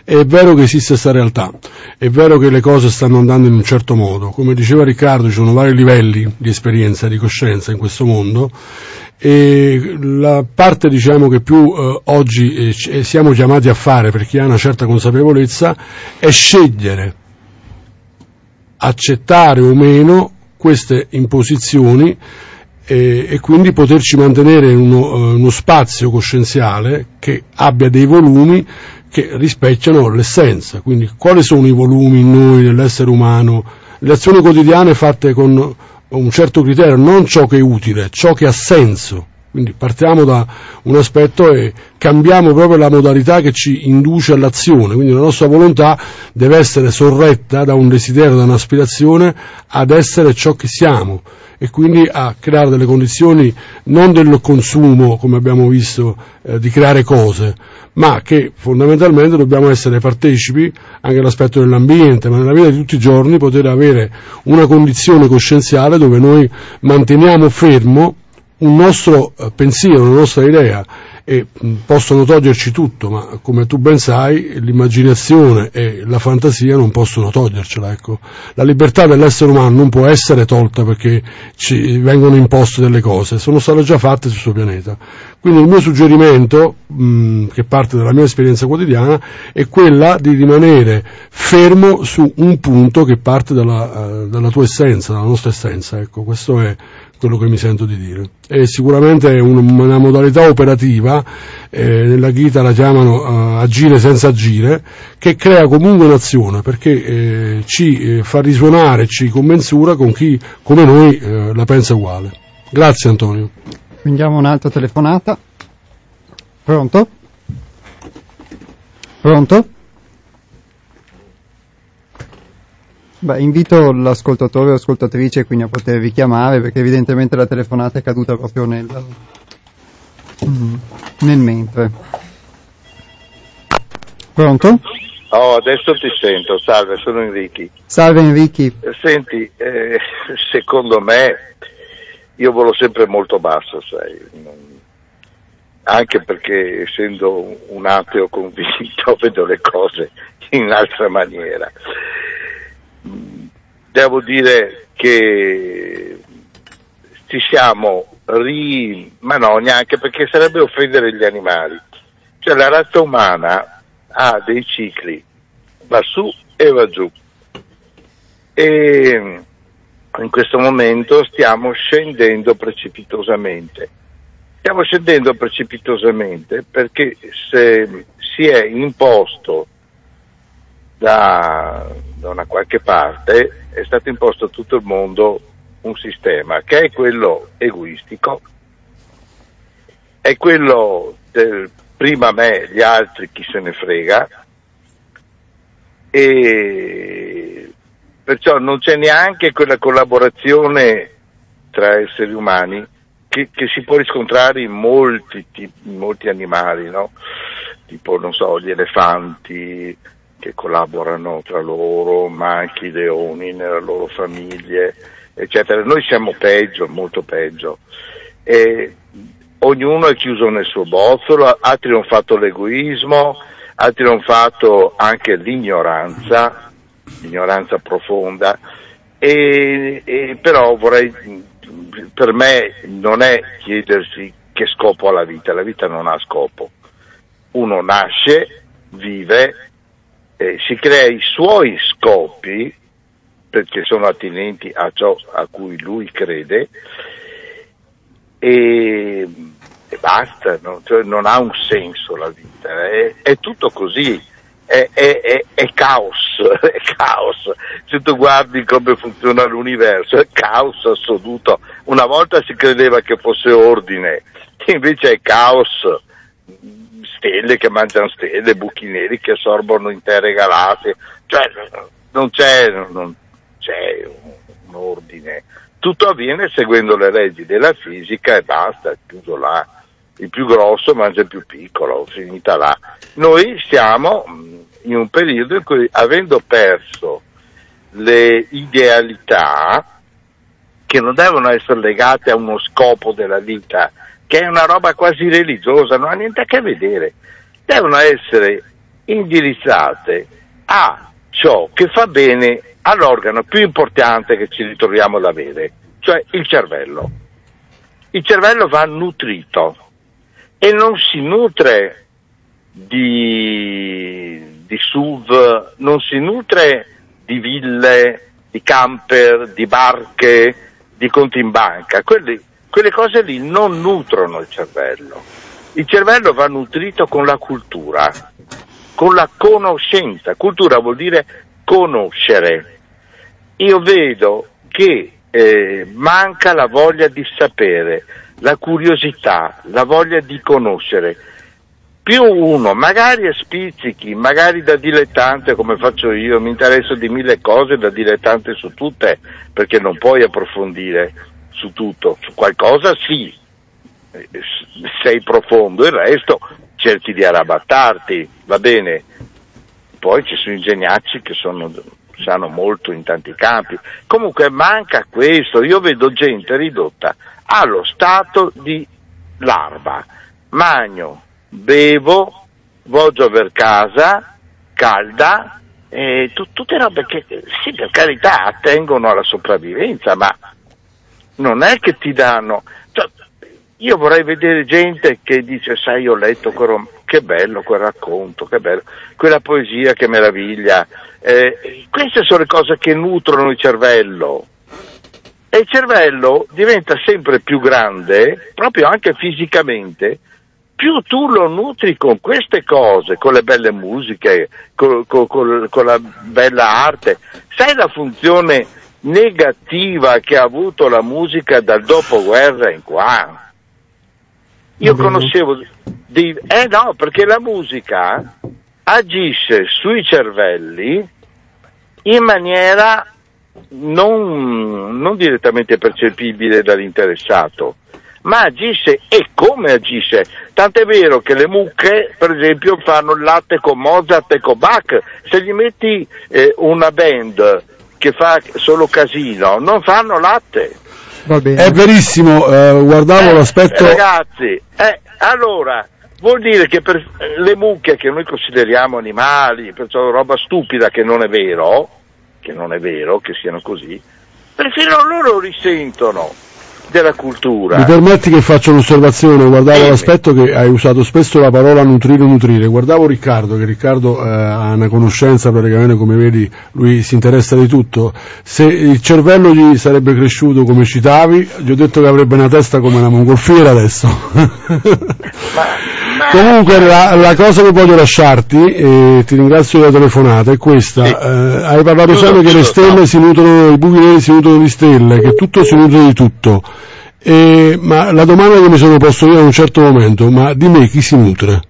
è vero che esiste questa realtà, è vero che le cose stanno andando in un certo modo, come diceva Riccardo ci sono vari livelli di esperienza, di coscienza in questo mondo, e la parte diciamo che più eh, oggi eh, siamo chiamati a fare per chi ha una certa consapevolezza è scegliere, accettare o meno queste imposizioni e, e quindi poterci mantenere in uno, uh, uno spazio coscienziale che abbia dei volumi che rispecchiano l'essenza. Quindi quali sono i volumi in noi, nell'essere umano, le azioni quotidiane fatte con un certo criterio, non ciò che è utile, ciò che ha senso. Quindi partiamo da un aspetto e cambiamo proprio la modalità che ci induce all'azione, quindi la nostra volontà deve essere sorretta da un desiderio, da un'aspirazione ad essere ciò che siamo e quindi a creare delle condizioni non del consumo, come abbiamo visto, eh, di creare cose, ma che fondamentalmente dobbiamo essere partecipi anche all'aspetto dell'ambiente, ma nella vita di tutti i giorni poter avere una condizione coscienziale dove noi manteniamo fermo un nostro pensiero, una nostra idea, e possono toglierci tutto, ma come tu ben sai l'immaginazione e la fantasia non possono togliercela, ecco. La libertà dell'essere umano non può essere tolta perché ci vengono imposte delle cose, sono state già fatte sul suo pianeta. Quindi il mio suggerimento, mh, che parte dalla mia esperienza quotidiana, è quella di rimanere fermo su un punto che parte dalla, uh, dalla tua essenza, dalla nostra essenza, ecco, questo è quello che mi sento di dire. È sicuramente un, una modalità operativa, eh, nella Gita la chiamano uh, agire senza agire, che crea comunque un'azione, perché eh, ci eh, fa risuonare, ci commensura con chi come noi eh, la pensa uguale. Grazie Antonio. Prendiamo un'altra telefonata. Pronto? Pronto? Beh, invito l'ascoltatore o l'ascoltatrice quindi a poter richiamare, perché evidentemente la telefonata è caduta proprio nel, nel mentre. Pronto? Oh, adesso ti sento, salve, sono Enrichi. Salve Enrichi. Senti, eh, secondo me, io volo sempre molto basso, sai, non, anche perché essendo un ateo convinto vedo le cose in un'altra maniera. Devo dire che ci siamo ri... ma no, neanche, perché sarebbe offendere gli animali. Cioè la razza umana ha dei cicli, va su e va giù. E in questo momento stiamo scendendo precipitosamente. Stiamo scendendo precipitosamente perché se si è imposto da, da una qualche parte, è stato imposto a tutto il mondo un sistema che è quello egoistico, è quello del prima me, gli altri, chi se ne frega, e perciò non c'è neanche quella collaborazione tra esseri umani che, che si può riscontrare in molti, in molti animali, no? Tipo, non so, gli elefanti che collaborano tra loro, ma anche i leoni nelle loro famiglie, eccetera. Noi siamo peggio, molto peggio. E ognuno è chiuso nel suo bozzolo, altri hanno fatto l'egoismo, altri hanno fatto anche l'ignoranza, l'ignoranza profonda, e, e però vorrei, per me non è chiedersi che scopo ha la vita, la vita non ha scopo. Uno nasce, vive, eh, si crea i suoi scopi, perché sono attinenti a ciò a cui lui crede, e, e basta, no? Cioè, non ha un senso la vita, è, è tutto così, è, è, è, è caos, è caos. Se tu guardi come funziona l'universo, è caos assoluto. Una volta si credeva che fosse ordine, invece è caos, stelle che mangiano stelle, buchi neri che assorbono intere galassie, cioè non c'è, non c'è un, un ordine. Tutto avviene seguendo le leggi della fisica e basta, chiuso là. Il più grosso mangia il più piccolo, finita là. Noi siamo in un periodo in cui, avendo perso le idealità, che non devono essere legate a uno scopo della vita, che è una roba quasi religiosa, non ha niente a che vedere, devono essere indirizzate a ciò che fa bene all'organo più importante che ci ritroviamo ad avere, cioè il cervello. Il cervello va nutrito e non si nutre di, di S U V, non si nutre di ville, di camper, di barche, di conti in banca. Quelli, quelle cose lì non nutrono il cervello. Il cervello va nutrito con la cultura, con la conoscenza. Cultura vuol dire conoscere. Io vedo che eh, manca la voglia di sapere, la curiosità, la voglia di conoscere. Più uno, magari a spizzichi, magari da dilettante come faccio io, mi interesso di mille cose da dilettante su tutte, perché non puoi approfondire su tutto, su qualcosa sì, sei profondo, il resto cerchi di arrabattarti, va bene. Poi ci sono ingegnacci che sono, sanno molto in tanti campi. Comunque manca questo, io vedo gente ridotta allo stato di larva, magno, bevo, voglio per casa, calda, e tu, tutte robe che sì, per carità attengono alla sopravvivenza, ma non è che ti danno. Cioè, io vorrei vedere gente che dice, sai, ho letto quel rom- che bello quel racconto, che bello, quella poesia, che meraviglia. Eh, queste sono le cose che nutrono il cervello. E il cervello diventa sempre più grande, proprio anche fisicamente, più tu lo nutri con queste cose, con le belle musiche, con, con, con, con la bella arte. Sai la funzione negativa che ha avuto la musica dal dopoguerra in qua? Io conoscevo dei... Eh no, perché la musica agisce sui cervelli in maniera non, non direttamente percepibile dall'interessato, ma agisce, e come agisce? Tant'è vero che le mucche, per esempio, fanno il latte con Mozart e con Bach. Se gli metti eh, una band che fa solo casino, non fanno latte. Va bene. È verissimo, eh, guardavo eh, l'aspetto... Ragazzi, eh, allora, vuol dire che per le mucche che noi consideriamo animali, perciò roba stupida, che non è vero, che non è vero che siano così, perfino loro risentono della cultura. Mi permetti che faccia un'osservazione? Guardavo sì, l'aspetto che hai usato spesso la parola nutrire nutrire. Guardavo Riccardo, che Riccardo eh, ha una conoscenza praticamente, come vedi, lui si interessa di tutto. Se il cervello gli sarebbe cresciuto come citavi, gli ho detto che avrebbe una testa come una mongolfiera adesso. ma, ma... Comunque la, la cosa che voglio lasciarti, e ti ringrazio della telefonata, è questa. Sì. Eh, hai parlato sempre che le stelle no. si nutrono, i buchi neri si nutrono di stelle, che tutto si nutre di tutto. Eh, ma la domanda che mi sono posto io a un certo momento, ma di me chi si nutre?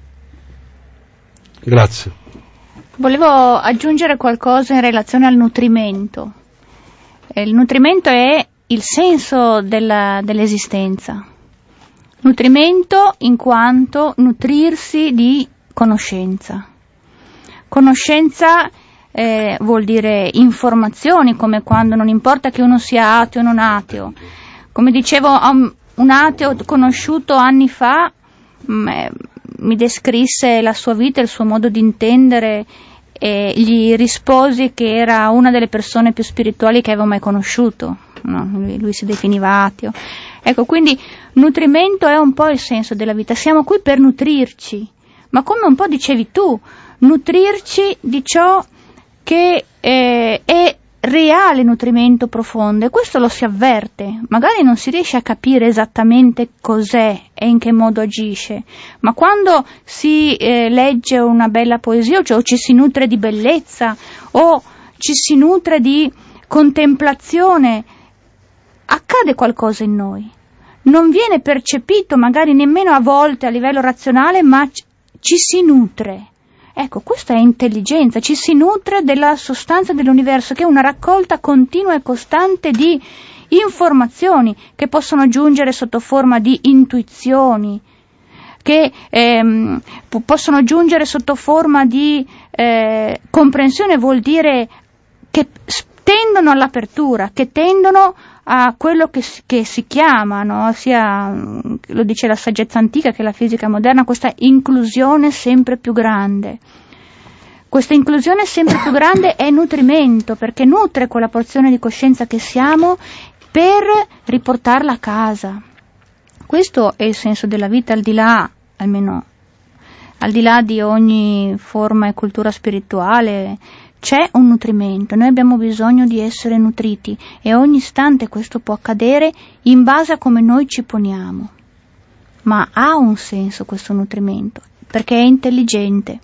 Grazie. Volevo aggiungere qualcosa in relazione al nutrimento. Il nutrimento è il senso della, dell'esistenza. Nutrimento in quanto nutrirsi di conoscenza. Conoscenza eh, vuol dire informazioni, come quando non importa che uno sia ateo o non ateo. Come dicevo, un ateo conosciuto anni fa mh, mi descrisse la sua vita, il suo modo di intendere, e gli risposi che era una delle persone più spirituali che avevo mai conosciuto. No, lui, lui si definiva ateo. Ecco, quindi nutrimento è un po' il senso della vita. Siamo qui per nutrirci, ma come un po' dicevi tu, nutrirci di ciò che eh, è reale nutrimento profondo, e questo lo si avverte. Magari non si riesce a capire esattamente cos'è e in che modo agisce, ma quando si eh, legge una bella poesia, cioè, o ci si nutre di bellezza o ci si nutre di contemplazione, accade qualcosa in noi. Non viene percepito magari nemmeno a volte a livello razionale, ma c- ci si nutre. Ecco, questa è intelligenza, ci si nutre della sostanza dell'universo, che è una raccolta continua e costante di informazioni che possono giungere sotto forma di intuizioni, che ehm, p- possono giungere sotto forma di eh, comprensione, vuol dire che tendono all'apertura, che tendono a quello che, che si chiama, no? Sia, lo dice la saggezza antica che la fisica moderna, questa inclusione sempre più grande. questa inclusione sempre più grande è nutrimento, perché nutre quella porzione di coscienza che siamo per riportarla a casa. Questo è il senso della vita, al di là, almeno al di là di ogni forma e cultura spirituale, c'è un nutrimento, noi abbiamo bisogno di essere nutriti e ogni istante questo può accadere in base a come noi ci poniamo. Ma ha un senso questo nutrimento, perché è intelligente.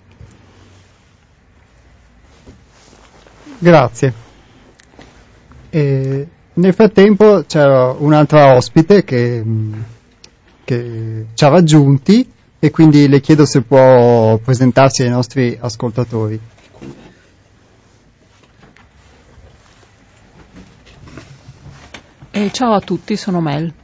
Grazie. E nel frattempo c'era un'altra ospite che, che ci ha raggiunti e quindi le chiedo se può presentarsi ai nostri ascoltatori. Eh, ciao a tutti, sono Mel.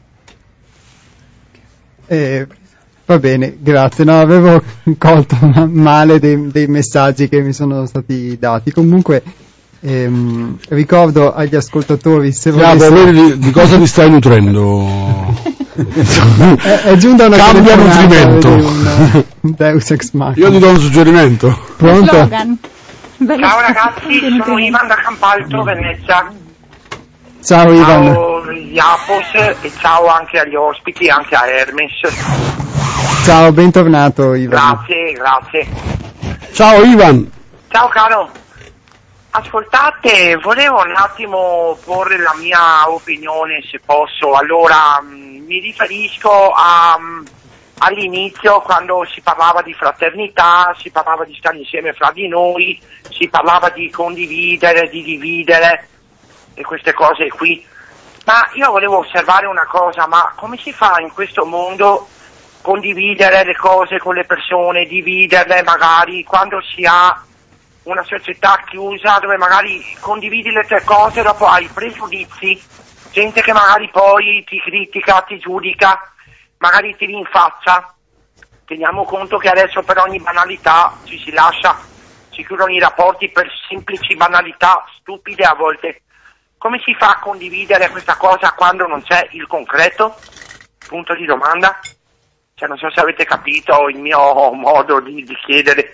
Eh, va bene, grazie. No, avevo colto male dei, dei messaggi che mi sono stati dati. Comunque ehm, ricordo agli ascoltatori se volessero... volessero... di, di cosa ti stai nutrendo? è, è giunta una cambia nutrimento. Un, un Deus ex machina. Io ti do un suggerimento. Pronto? Ciao ragazzi, sono Ivan da Campalto, Venezia. Ciao Ivan. Ciao Iapos e ciao anche agli ospiti, anche a Hermes. Ciao, bentornato Ivan. Grazie, grazie. Ciao Ivan. Ciao caro. Ascoltate, volevo un attimo porre la mia opinione se posso. Allora, mh, mi riferisco a, mh, all'inizio quando si parlava di fraternità, si parlava di stare insieme fra di noi, si parlava di condividere, di dividere e queste cose qui. Ma io volevo osservare una cosa, ma come si fa in questo mondo condividere le cose con le persone, dividerle magari quando si ha una società chiusa dove magari condividi le tue cose, dopo hai pregiudizi, gente che magari poi ti critica, ti giudica, magari ti rinfaccia. Teniamo conto che adesso per ogni banalità ci si lascia, si chiudono i rapporti per semplici banalità stupide a volte. Come si fa a condividere questa cosa quando non c'è il concreto? Punto di domanda. Cioè, non so se avete capito il mio modo di, di chiedere.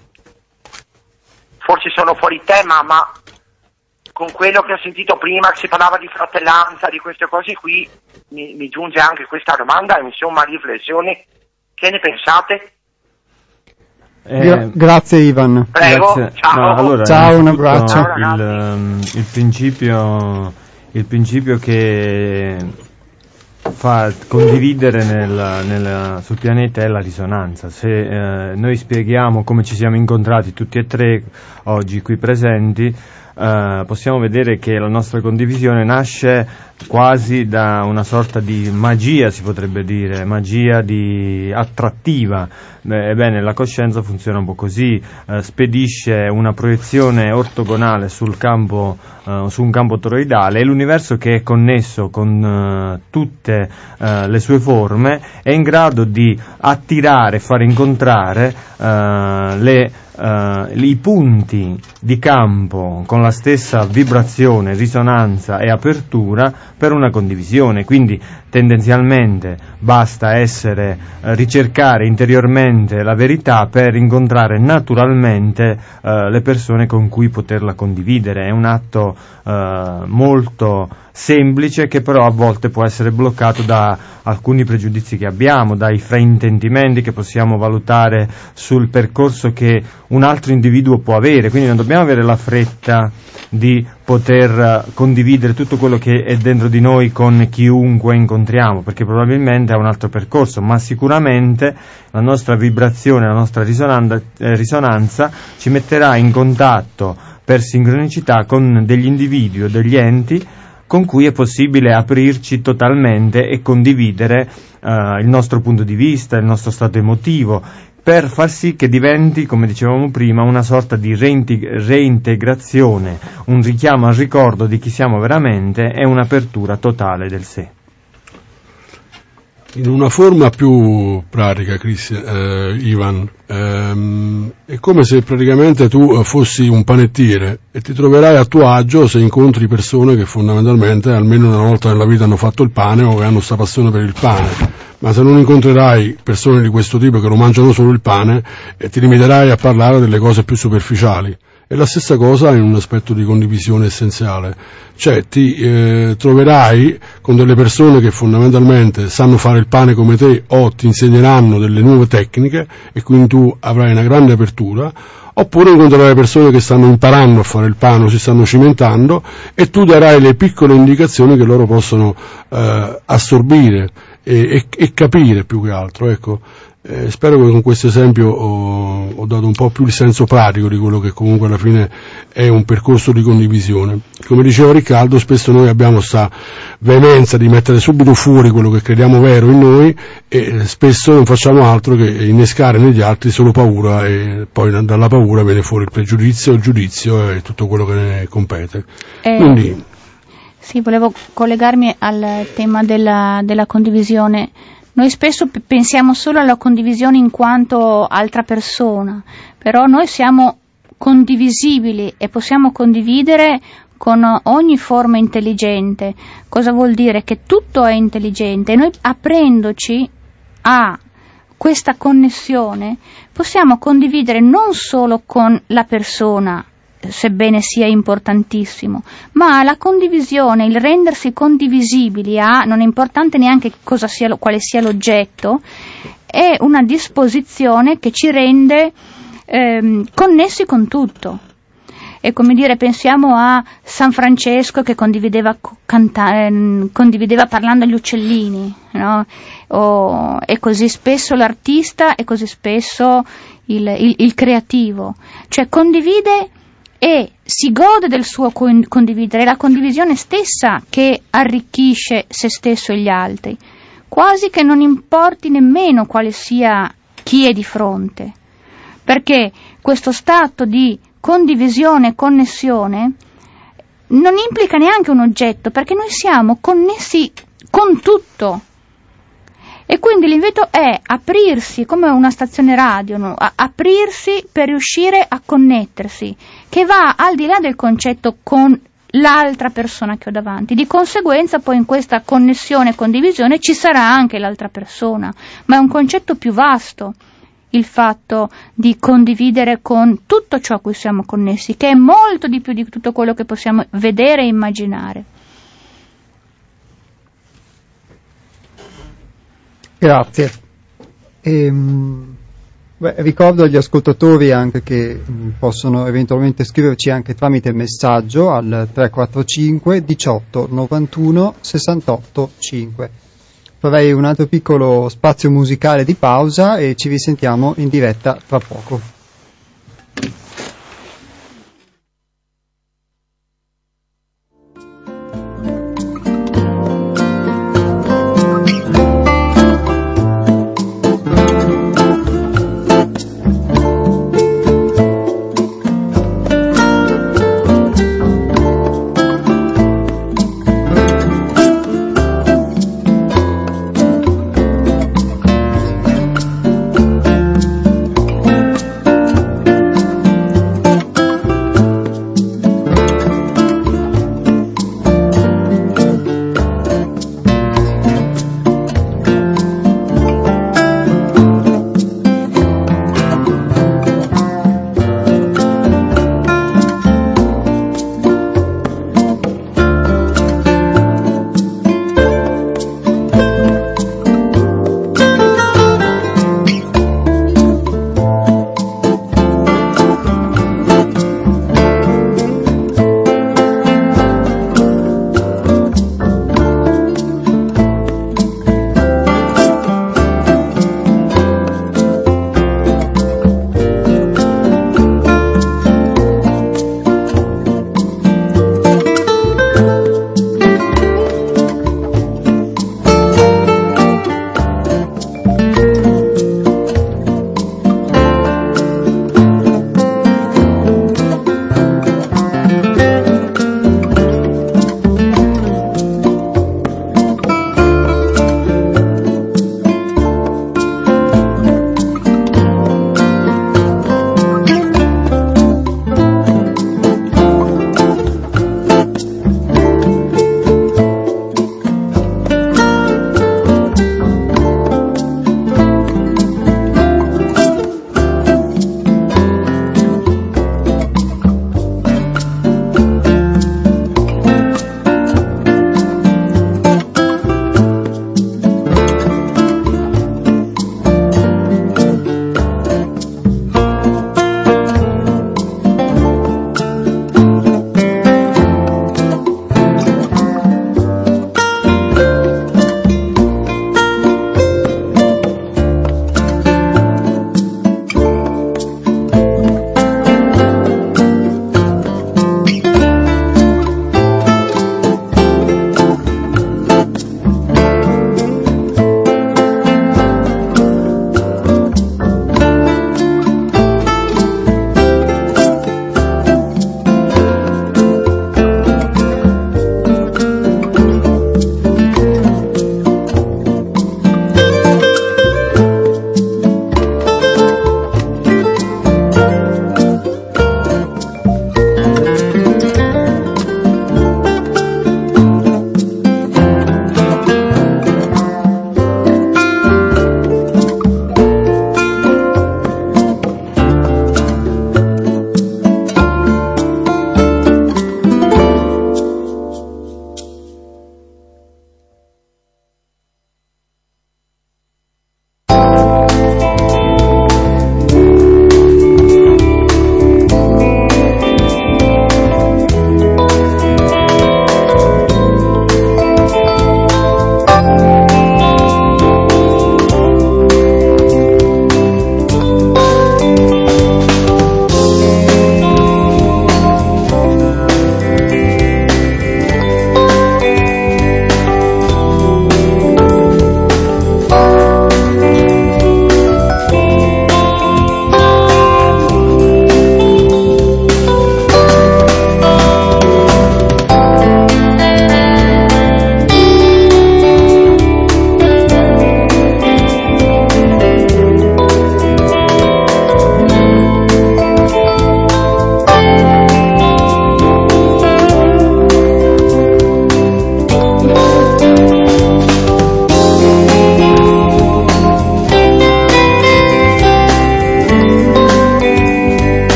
Forse sono fuori tema, ma con quello che ho sentito prima, che si parlava di fratellanza, di queste cose qui, mi, mi giunge anche questa domanda, insomma, riflessione. Che ne pensate? Eh, Gra- grazie Ivan. Prego, grazie. ciao. No, allora, ciao, un abbraccio. Il, um, il, principio, il principio che fa condividere nel, nel, sul pianeta è la risonanza. Se eh, noi spieghiamo come ci siamo incontrati tutti e tre oggi qui presenti, eh, possiamo vedere che la nostra condivisione nasce quasi da una sorta di magia, si potrebbe dire, magia di attrattiva. Ebbene, la coscienza funziona un po' così, eh, spedisce una proiezione ortogonale sul campo, eh, su un campo toroidale, e l'universo, che è connesso con eh, tutte eh, le sue forme, è in grado di attirare, far incontrare eh, le Uh, i punti di campo con la stessa vibrazione, risonanza e apertura per una condivisione. Quindi tendenzialmente basta essere uh, ricercare interiormente la verità per incontrare naturalmente uh, le persone con cui poterla condividere. È un atto uh, molto semplice, che però a volte può essere bloccato da alcuni pregiudizi che abbiamo, dai fraintendimenti che possiamo valutare sul percorso che un altro individuo può avere. Quindi non dobbiamo avere la fretta di poter condividere tutto quello che è dentro di noi con chiunque incontriamo, perché probabilmente ha un altro percorso, ma sicuramente la nostra vibrazione, la nostra risonanza, eh, risonanza ci metterà in contatto per sincronicità con degli individui o degli enti con cui è possibile aprirci totalmente e condividere uh, il nostro punto di vista, il nostro stato emotivo, per far sì che diventi, come dicevamo prima, una sorta di reinteg- reintegrazione, un richiamo al ricordo di chi siamo veramente e un'apertura totale del sé. In una forma più pratica, Cristian, eh, Ivan, ehm, è come se praticamente tu fossi un panettiere e ti troverai a tuo agio se incontri persone che fondamentalmente almeno una volta nella vita hanno fatto il pane o che hanno sta passione per il pane, ma se non incontrerai persone di questo tipo che lo mangiano solo il pane, e ti limiterai a parlare delle cose più superficiali. È la stessa cosa in un aspetto di condivisione essenziale, cioè ti eh, troverai con delle persone che fondamentalmente sanno fare il pane come te o ti insegneranno delle nuove tecniche e quindi tu avrai una grande apertura, oppure incontrerai persone che stanno imparando a fare il pane o si stanno cimentando e tu darai le piccole indicazioni che loro possono eh, assorbire e, e, e capire più che altro, ecco. Eh, spero che con questo esempio ho, ho dato un po' più il senso pratico di quello che comunque alla fine è un percorso di condivisione. Come diceva Riccardo, spesso noi abbiamo sta veemenza di mettere subito fuori quello che crediamo vero in noi e spesso non facciamo altro che innescare negli altri solo paura, e poi dalla paura viene fuori il pregiudizio, il giudizio e tutto quello che ne compete. Eh, Quindi, sì, volevo collegarmi al tema della, della condivisione. Noi spesso p- pensiamo solo alla condivisione in quanto altra persona, però noi siamo condivisibili e possiamo condividere con ogni forma intelligente. Cosa vuol dire? Che tutto è intelligente e noi, aprendoci a questa connessione, possiamo condividere non solo con la persona, sebbene sia importantissimo, ma la condivisione, il rendersi condivisibili a, non è importante neanche cosa sia, quale sia l'oggetto, è una disposizione che ci rende ehm, connessi con tutto. E come dire, pensiamo a San Francesco che condivideva, canta, ehm, condivideva parlando agli uccellini, no? O, e così spesso l'artista e così spesso il, il, il creativo, cioè condivide e si gode del suo condividere, è la condivisione stessa che arricchisce se stesso e gli altri, quasi che non importi nemmeno quale sia chi è di fronte, perché questo stato di condivisione e connessione non implica neanche un oggetto, perché noi siamo connessi con tutto. E quindi l'invito è aprirsi, come una stazione radio, no? A- aprirsi per riuscire a connettersi, che va al di là del concetto con l'altra persona che ho davanti. Di conseguenza poi in questa connessione e condivisione ci sarà anche l'altra persona, ma è un concetto più vasto, il fatto di condividere con tutto ciò a cui siamo connessi, che è molto di più di tutto quello che possiamo vedere e immaginare. Grazie. Ehm, beh, ricordo agli ascoltatori anche che mh, possono eventualmente scriverci anche tramite messaggio al tre quattro cinque diciotto novantuno sessantotto cinque. Farei un altro piccolo spazio musicale di pausa e ci risentiamo in diretta tra poco.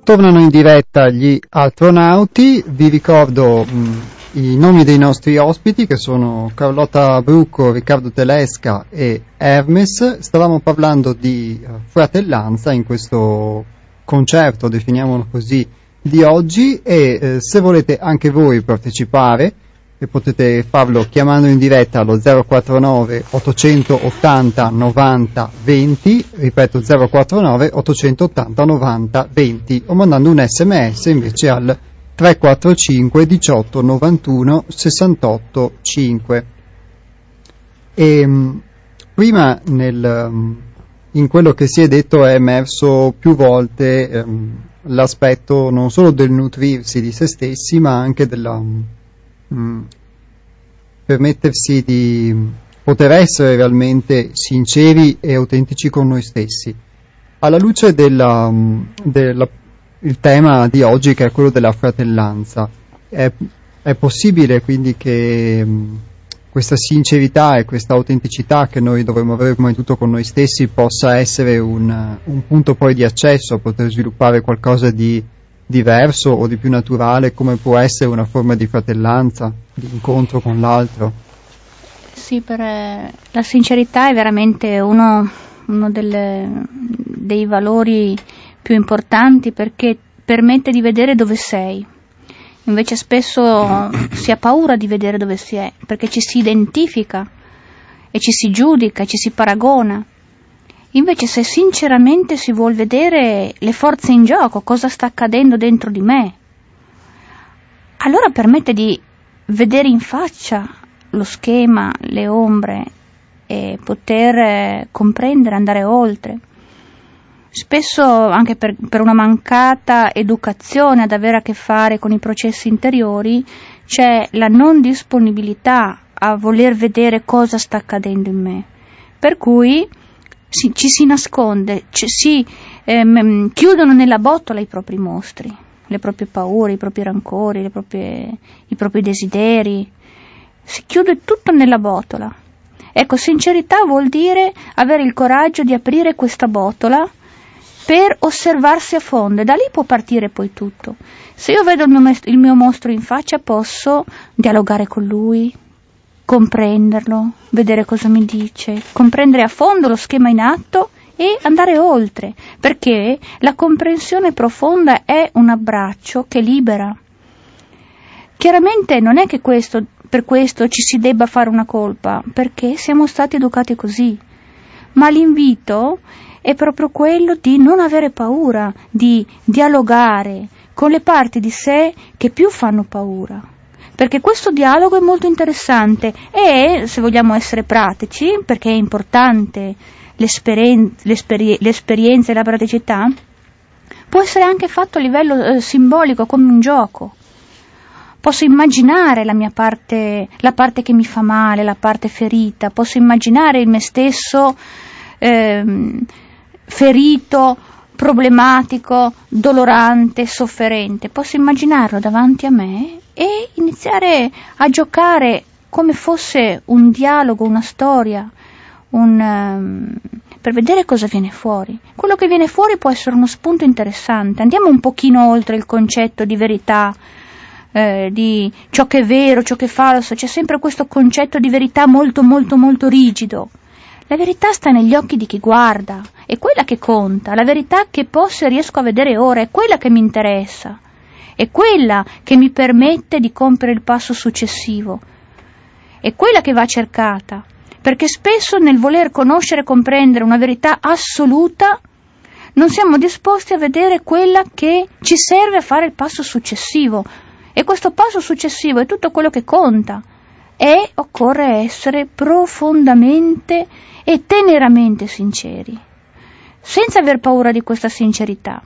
tornano in diretta gli astronauti. Vi ricordo mh, i nomi dei nostri ospiti, che sono Carlotta Brucco, Riccardo Telesca e Hermes. Stavamo parlando di uh, fratellanza in questo concerto, definiamolo così, di oggi, e eh, se volete anche voi partecipare, e potete farlo chiamando in diretta allo zero quattro nove ottocentottanta novanta venti, ripeto zero quattro nove ottocentottanta novanta venti, o mandando un sms invece al tre quattro cinque diciotto novantuno sessantotto cinque. E mh, prima nel, mh, in quello che si è detto è emerso più volte ehm, l'aspetto non solo del nutrirsi di se stessi, ma anche della mh, permettersi di poter essere realmente sinceri e autentici con noi stessi. Alla luce della, della il tema di oggi, che è quello della fratellanza, è, è possibile quindi che mh, questa sincerità e questa autenticità che noi dovremmo avere prima di tutto con noi stessi possa essere un, un punto poi di accesso a poter sviluppare qualcosa di diverso o di più naturale, come può essere una forma di fratellanza, di incontro con l'altro? Sì, per, eh, la sincerità è veramente uno, uno delle, dei valori più importanti, perché permette di vedere dove sei. Invece spesso si ha paura di vedere dove si è, perché ci si identifica e ci si giudica, ci si paragona. Invece se sinceramente si vuol vedere le forze in gioco, cosa sta accadendo dentro di me, allora permette di vedere in faccia lo schema, le ombre, e poter comprendere, andare oltre. Spesso anche per, per una mancata educazione ad avere a che fare con i processi interiori c'è la non disponibilità a voler vedere cosa sta accadendo in me, per cui Si, ci si nasconde, ci si ehm, chiudono nella botola i propri mostri, le proprie paure, i propri rancori, le proprie, i propri desideri. Si chiude tutto nella botola. Ecco, sincerità vuol dire avere il coraggio di aprire questa botola per osservarsi a fondo, e da lì può partire poi tutto. Se io vedo il mio, il mio mostro in faccia, posso dialogare con lui, comprenderlo, vedere cosa mi dice, comprendere a fondo lo schema in atto e andare oltre, perché la comprensione profonda è un abbraccio che libera. Chiaramente non è che questo, per questo ci si debba fare una colpa, perché siamo stati educati così, ma l'invito è proprio quello di non avere paura, di dialogare con le parti di sé che più fanno paura. Perché questo dialogo è molto interessante e, se vogliamo essere pratici, perché è importante l'esperien- l'esperie- l'esperienza e la praticità, può essere anche fatto a livello eh, simbolico, come un gioco. Posso immaginare la mia parte, la parte che mi fa male, la parte ferita, posso immaginare il me stesso ehm, ferito, problematico, dolorante, sofferente, posso immaginarlo davanti a me e iniziare a giocare come fosse un dialogo, una storia, un, um, per vedere cosa viene fuori. Quello che viene fuori può essere uno spunto interessante. Andiamo un pochino oltre il concetto di verità, eh, di ciò che è vero, ciò che è falso. C'è sempre questo concetto di verità molto molto molto rigido. La verità sta negli occhi di chi guarda, è quella che conta, la verità che posso e riesco a vedere ora, è quella che mi interessa, è quella che mi permette di compiere il passo successivo, è quella che va cercata, perché spesso nel voler conoscere e comprendere una verità assoluta non siamo disposti a vedere quella che ci serve a fare il passo successivo, e questo passo successivo è tutto quello che conta, e occorre essere profondamente e teneramente sinceri, senza aver paura di questa sincerità.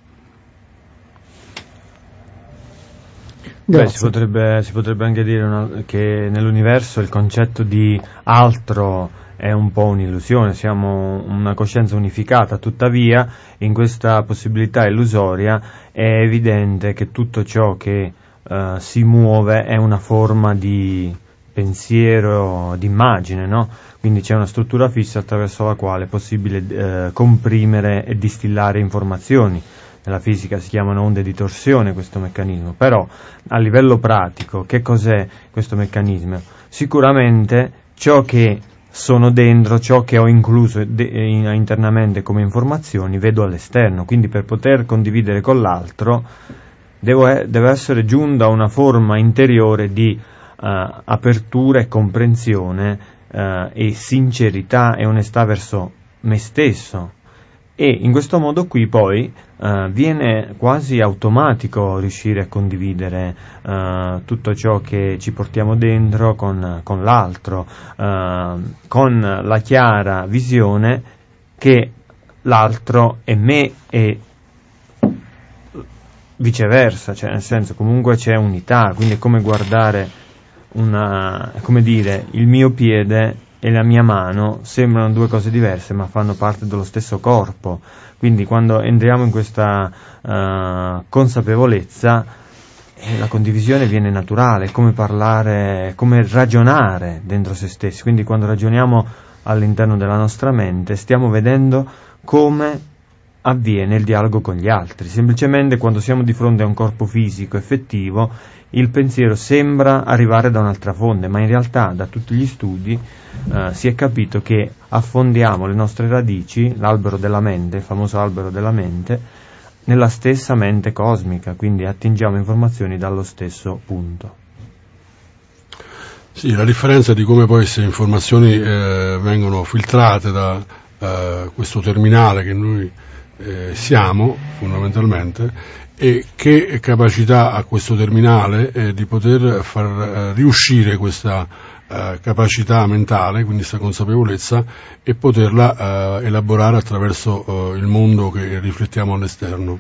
Beh, si potrebbe, si potrebbe anche dire una, che nell'universo il concetto di altro è un po' un'illusione, siamo una coscienza unificata, tuttavia in questa possibilità illusoria è evidente che tutto ciò che uh, si muove è una forma di pensiero, di immagine, no? Quindi c'è una struttura fissa attraverso la quale è possibile eh, comprimere e distillare informazioni. nella fisica si chiamano onde di torsione questo meccanismo, però a livello pratico che cos'è questo meccanismo? Sicuramente ciò che sono dentro, ciò che ho incluso de- internamente come informazioni vedo all'esterno, quindi per poter condividere con l'altro devo e- deve essere giunta una forma interiore di uh, apertura e comprensione uh, e sincerità e onestà verso me stesso, e in questo modo qui poi uh, viene quasi automatico riuscire a condividere uh, tutto ciò che ci portiamo dentro con, con l'altro, uh, con la chiara visione che l'altro è me e viceversa, cioè nel senso comunque c'è unità, quindi è come guardare una, come dire, il mio piede e la mia mano sembrano due cose diverse ma fanno parte dello stesso corpo, quindi quando entriamo in questa uh, consapevolezza eh, la condivisione viene naturale, è come parlare, come ragionare dentro se stessi, quindi quando ragioniamo all'interno della nostra mente stiamo vedendo come avviene il dialogo con gli altri. Semplicemente quando siamo di fronte a un corpo fisico effettivo il pensiero sembra arrivare da un'altra fonte, ma in realtà da tutti gli studi eh, si è capito che affondiamo le nostre radici, l'albero della mente, il famoso albero della mente, nella stessa mente cosmica, quindi attingiamo informazioni dallo stesso punto. Sì, la differenza di come poi queste informazioni eh, vengono filtrate da eh, questo terminale che noi eh, siamo fondamentalmente, e che capacità ha questo terminale eh, di poter far eh, riuscire questa eh, capacità mentale, quindi questa consapevolezza, e poterla eh, elaborare attraverso eh, il mondo che riflettiamo all'esterno.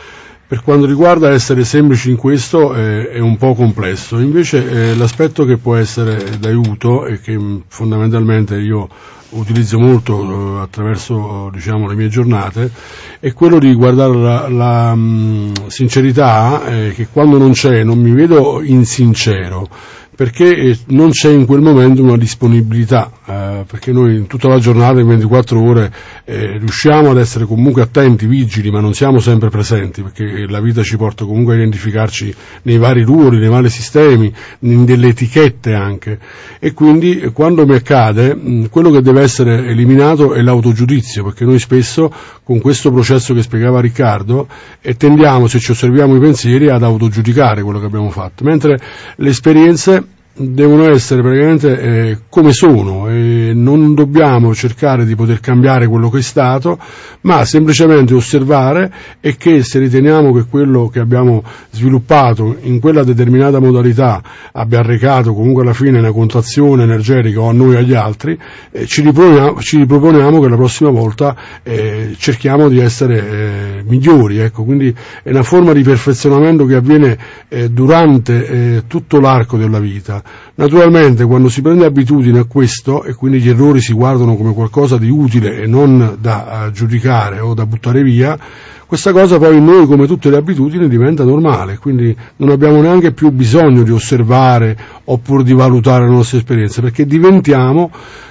Per quanto riguarda essere semplici in questo eh, è un po' complesso, invece eh, l'aspetto che può essere d'aiuto e che mh, fondamentalmente io utilizzo molto eh, attraverso diciamo le mie giornate è quello di guardare la, la mh, sincerità eh, che quando non c'è non mi vedo insincero, perché eh, non c'è in quel momento una disponibilità, eh, perché noi in tutta la giornata, in ventiquattro ore, eh, riusciamo ad essere comunque attenti, vigili, ma non siamo sempre presenti, perché la vita ci porta comunque a identificarci nei vari ruoli, nei vari sistemi, in delle etichette anche, e quindi eh, quando mi accade, mh, quello che deve essere eliminato è l'autogiudizio, perché noi spesso con questo processo che spiegava Riccardo eh, tendiamo, se ci osserviamo i pensieri, ad autogiudicare quello che abbiamo fatto, mentre le esperienze devono essere praticamente eh, come sono, e non dobbiamo cercare di poter cambiare quello che è stato, ma semplicemente osservare, e che se riteniamo che quello che abbiamo sviluppato in quella determinata modalità abbia arrecato comunque alla fine una contrazione energetica o a noi o agli altri, eh, ci, riproponiamo, ci riproponiamo che la prossima volta eh, cerchiamo di essere eh, migliori, ecco, quindi è una forma di perfezionamento che avviene eh, durante eh, tutto l'arco della vita. Naturalmente quando si prende abitudine a questo, e quindi gli errori si guardano come qualcosa di utile e non da uh, giudicare o da buttare via, questa cosa poi in noi, come tutte le abitudini, diventa normale, quindi non abbiamo neanche più bisogno di osservare oppure di valutare le nostre esperienze, perché diventiamo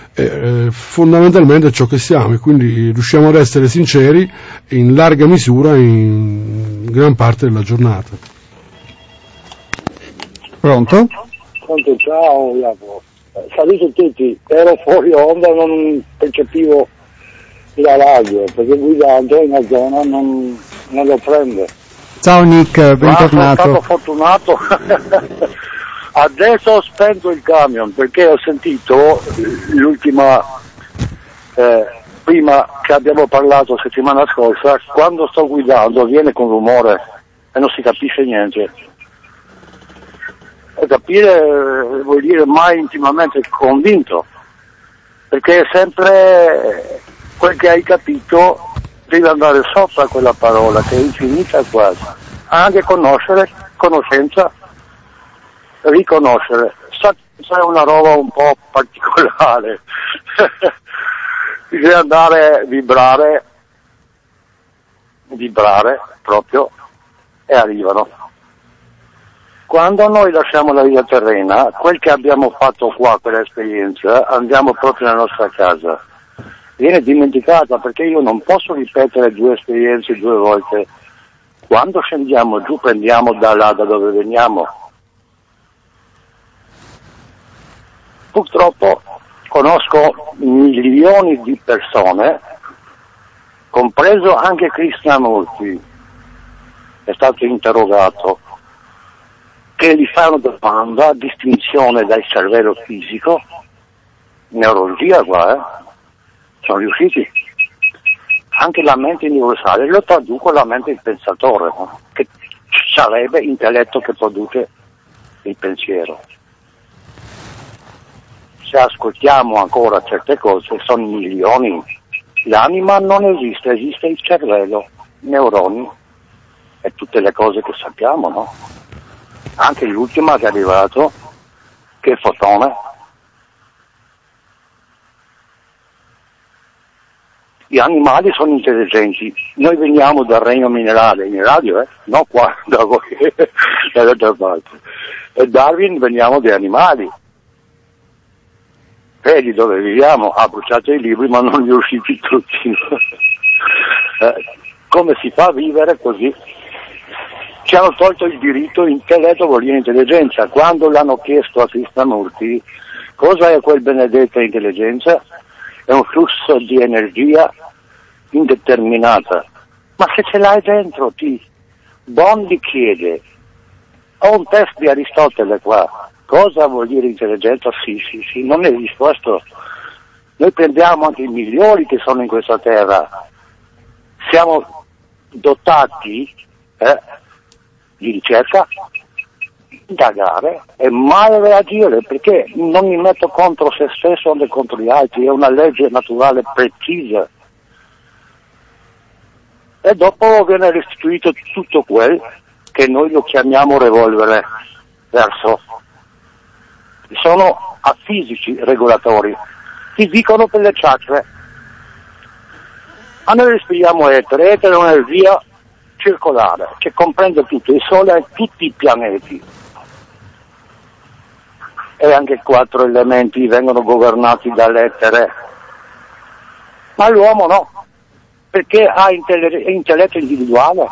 eh, fondamentalmente ciò che siamo, e quindi riusciamo ad essere sinceri in larga misura in gran parte della giornata. Pronto? Ciao Jacopo, saluto tutti, ero fuori onda, non percepivo la radio perché guidando in una zona non, non lo prende. Ciao Nick, bentornato. Ma sono stato fortunato, adesso ho spento il camion perché ho sentito l'ultima, eh, prima che abbiamo parlato settimana scorsa, quando sto guidando viene con rumore e non si capisce niente. E capire vuol dire mai intimamente convinto, perché è sempre quel che hai capito devi andare sopra quella parola che è infinita quasi, anche conoscere, conoscenza, riconoscere, è una roba un po' particolare, bisogna andare a vibrare, vibrare proprio, e arrivano. Quando noi lasciamo la vita terrena, quel che abbiamo fatto qua, quell'esperienza, andiamo proprio nella nostra casa. Viene dimenticata, perché io non posso ripetere due esperienze due volte Quando scendiamo giù, prendiamo da là, da dove veniamo. Purtroppo conosco milioni di persone, compreso anche Krishnamurti, è stato interrogato, che gli fanno domanda, distinzione dal cervello fisico, neurologia qua, eh? Sono riusciti. Anche la mente universale lo traduco alla mente del pensatore, no? Che sarebbe intelletto che produce il pensiero. Se ascoltiamo ancora certe cose, sono milioni. L'anima non esiste, esiste il cervello, neuroni e tutte le cose che sappiamo, no? Anche l'ultima che è arrivato, che è il fotone. Gli animali sono intelligenti, noi veniamo dal regno minerale, in radio, eh? No qua, da voi, dall'altra parte. E Darwin veniamo dagli animali. Vedi dove viviamo, ha bruciato i libri ma non li è usciti tutti. eh, come si fa a vivere così? Ci hanno tolto il diritto, intelletto vuol dire intelligenza. Quando l'hanno chiesto a Krishnamurti cosa è quel benedetta intelligenza, è un flusso di energia indeterminata. Ma se ce l'hai dentro, ti Bondi chiede, ho un test di Aristotele qua, cosa vuol dire intelligenza? Sì, sì, sì, non è risposto. Noi prendiamo anche i migliori che sono in questa terra, siamo dotati eh, di ricerca, indagare e mai reagire, perché non mi metto contro se stesso né contro gli altri, è una legge naturale precisa. E dopo viene restituito tutto quel che noi lo chiamiamo revolvere verso. Sono a fisici regolatori, ti dicono per le chakre. A noi respiriamo etere, etere è un'energia circolare che comprende tutto, il Sole e tutti i pianeti. E anche i quattro elementi vengono governati dall'etere. Ma l'uomo no, perché ha intelle- intelletto individuale.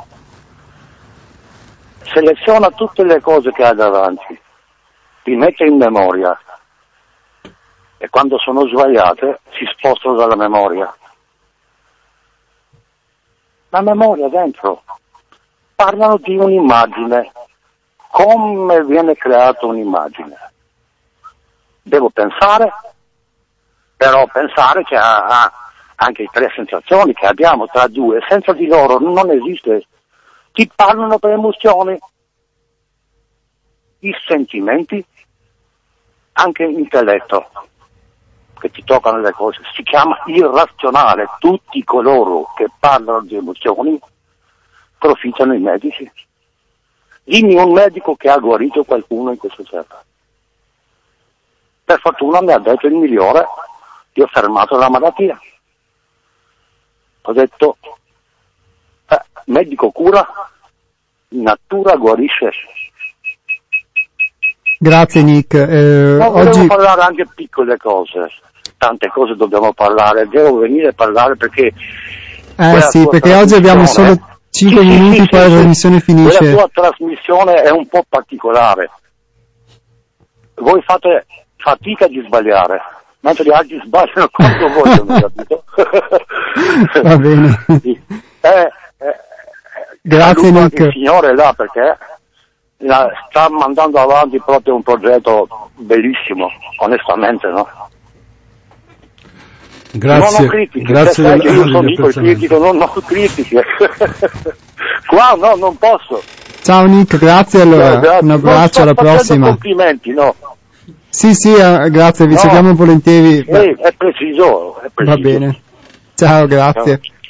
Seleziona tutte le cose che ha davanti, li mette in memoria e quando sono sbagliate si spostano dalla memoria. La memoria dentro. Parlano di un'immagine. Come viene creata un'immagine? Devo pensare, però pensare che ha, ha anche tre sensazioni che abbiamo tra due, senza di loro non esiste. Ti parlano per emozioni, i sentimenti, anche l'intelletto, che ti toccano le cose, si chiama irrazionale. Tutti coloro che parlano di emozioni profittano i medici. Dimmi un medico che ha guarito qualcuno in questa terra. Per fortuna mi ha detto il migliore, io ho fermato la malattia. Ho detto, eh, medico cura, natura guarisce. Grazie Nick. Eh, Ma volevo oggi... parlare anche piccole cose, tante cose dobbiamo parlare, devo venire a parlare perché... Eh sì, perché oggi abbiamo solo cinque sì, minuti, sì, poi sì, la trasmissione finisce. Quella tua trasmissione è un po' particolare. Voi fate fatica di sbagliare, mentre gli altri sbagliano quando vogliono, capito? Va bene. Sì. Eh, eh, Grazie Nick. Il Signore là perché la, sta mandando avanti proprio un progetto bellissimo, onestamente, no? Grazie. Non ho critiche, Grazie sai del, che io sono io critico, non ho critiche. Qua no, non posso. Ciao Nick, grazie allora, No, grazie. un abbraccio, alla prossima. Complimenti, no? Sì, sì, eh, grazie, vi No. seguiamo volentieri. Sì, è preciso, è preciso. Va bene. Ciao, grazie. Ciao.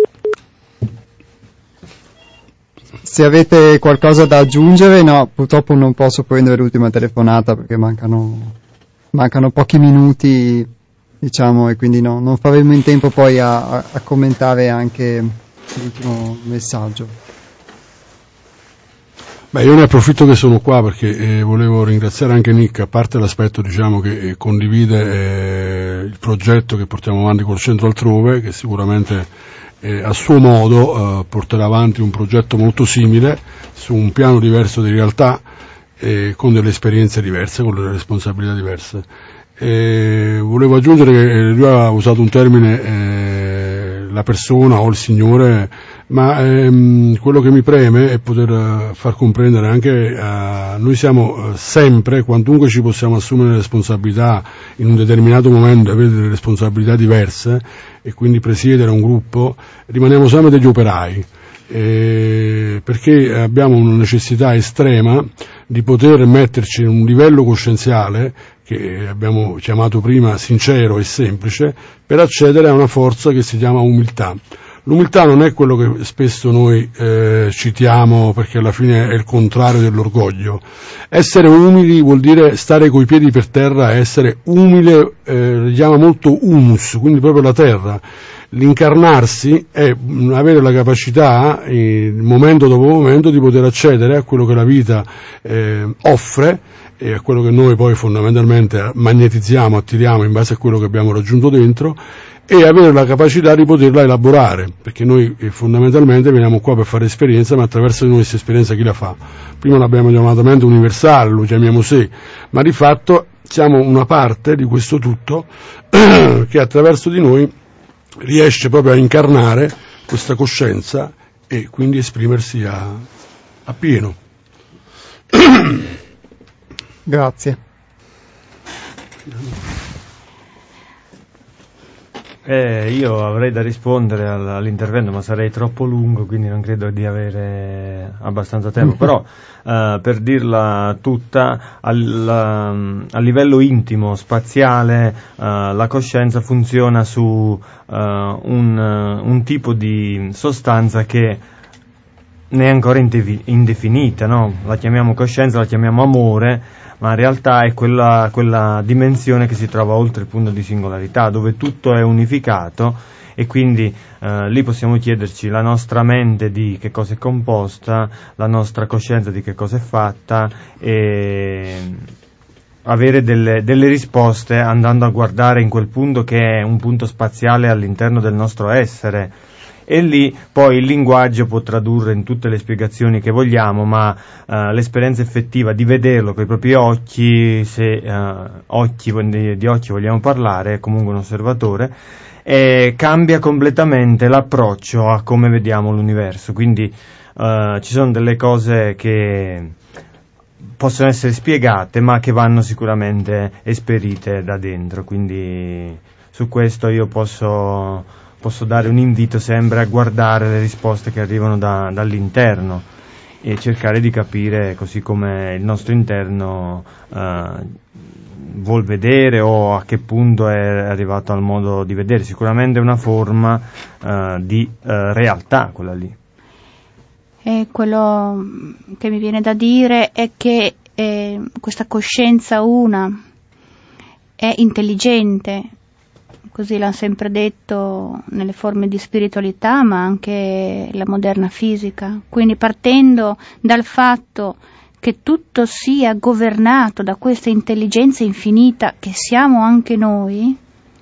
Se avete qualcosa da aggiungere, no, purtroppo non posso prendere l'ultima telefonata perché mancano, mancano pochi minuti, diciamo, e quindi no, non faremo in tempo poi a, a, a commentare anche l'ultimo messaggio. Beh, io ne approfitto che sono qua perché eh, volevo ringraziare anche Nick, a parte l'aspetto diciamo che eh, condivide eh, il progetto che portiamo avanti col centro altrove, che sicuramente eh, a suo modo eh, porterà avanti un progetto molto simile su un piano diverso di realtà, eh, con delle esperienze diverse, con delle responsabilità diverse. Eh, volevo aggiungere che lui ha usato un termine, eh, la persona o il Signore, ma ehm, quello che mi preme è poter far comprendere anche a noi siamo sempre, quantunque ci possiamo assumere responsabilità in un determinato momento, avere delle responsabilità diverse e quindi presiedere un gruppo, rimaniamo sempre degli operai. Eh, perché abbiamo una necessità estrema di poter metterci in un livello coscienziale che abbiamo chiamato prima sincero e semplice, per accedere a una forza che si chiama umiltà. L'umiltà non è quello che spesso noi eh, citiamo, perché alla fine è il contrario dell'orgoglio. Essere umili vuol dire stare coi piedi per terra, essere umile eh, chiama molto humus, quindi proprio la terra. L'incarnarsi è avere la capacità, eh, momento dopo momento, di poter accedere a quello che la vita eh, offre e a quello che noi poi fondamentalmente magnetizziamo, attiriamo in base a quello che abbiamo raggiunto dentro, e avere la capacità di poterla elaborare, perché noi eh, fondamentalmente veniamo qua per fare esperienza, ma attraverso di noi questa esperienza chi la fa? Prima l'abbiamo chiamata mente universale, lo chiamiamo sé, ma di fatto siamo una parte di questo tutto che attraverso di noi riesce proprio a incarnare questa coscienza e quindi esprimersi a, a pieno. Grazie. Eh, io avrei da rispondere all'intervento, ma sarei troppo lungo, quindi non credo di avere abbastanza tempo. Però, eh, per dirla tutta, al, a livello intimo, spaziale, eh, la coscienza funziona su eh, un, un tipo di sostanza che ne è ancora indefinita, no? La chiamiamo coscienza, la chiamiamo amore, ma in realtà è quella, quella dimensione che si trova oltre il punto di singolarità, dove tutto è unificato, e quindi eh, lì possiamo chiederci la nostra mente di che cosa è composta, la nostra coscienza di che cosa è fatta, e avere delle, delle risposte andando a guardare in quel punto che è un punto spaziale all'interno del nostro essere. E lì poi il linguaggio può tradurre in tutte le spiegazioni che vogliamo, ma eh, l'esperienza effettiva di vederlo con i propri occhi, se eh, occhi, di, di occhi vogliamo parlare, è comunque un osservatore, e cambia completamente l'approccio a come vediamo l'universo. Quindi eh, ci sono delle cose che possono essere spiegate, ma che vanno sicuramente esperite da dentro. Quindi su questo io posso... posso dare un invito sempre a guardare le risposte che arrivano da, dall'interno e cercare di capire, così come il nostro interno eh, vuol vedere, o a che punto è arrivato al modo di vedere. Sicuramente è una forma eh, di eh, realtà quella lì. E quello che mi viene da dire è che eh, questa coscienza una è intelligente. Così l'hanno sempre detto nelle forme di spiritualità, ma anche la moderna fisica. Quindi partendo dal fatto che tutto sia governato da questa intelligenza infinita che siamo anche noi,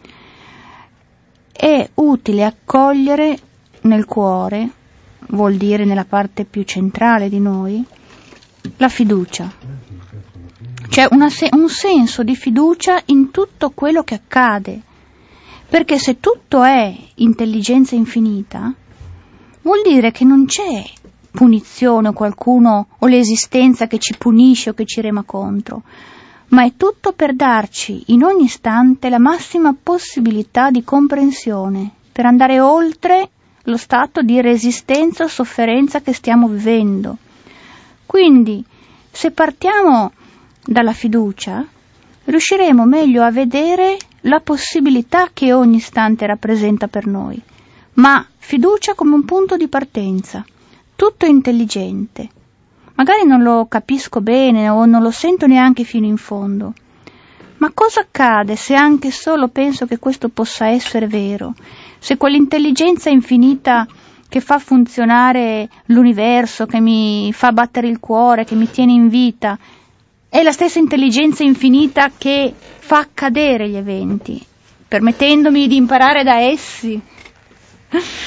è utile accogliere nel cuore, vuol dire nella parte più centrale di noi, la fiducia. C'è una se- un senso di fiducia in tutto quello che accade. Perché se tutto è intelligenza infinita, vuol dire che non c'è punizione o qualcuno o l'esistenza che ci punisce o che ci rema contro, ma è tutto per darci in ogni istante la massima possibilità di comprensione, per andare oltre lo stato di resistenza o sofferenza che stiamo vivendo. Quindi, se partiamo dalla fiducia, riusciremo meglio a vedere la possibilità che ogni istante rappresenta per noi, ma fiducia come un punto di partenza, tutto intelligente. Magari non lo capisco bene o non lo sento neanche fino in fondo, ma cosa accade se anche solo penso che questo possa essere vero? Se quell'intelligenza infinita che fa funzionare l'universo, che mi fa battere il cuore, che mi tiene in vita, è la stessa intelligenza infinita che fa accadere gli eventi, permettendomi di imparare da essi.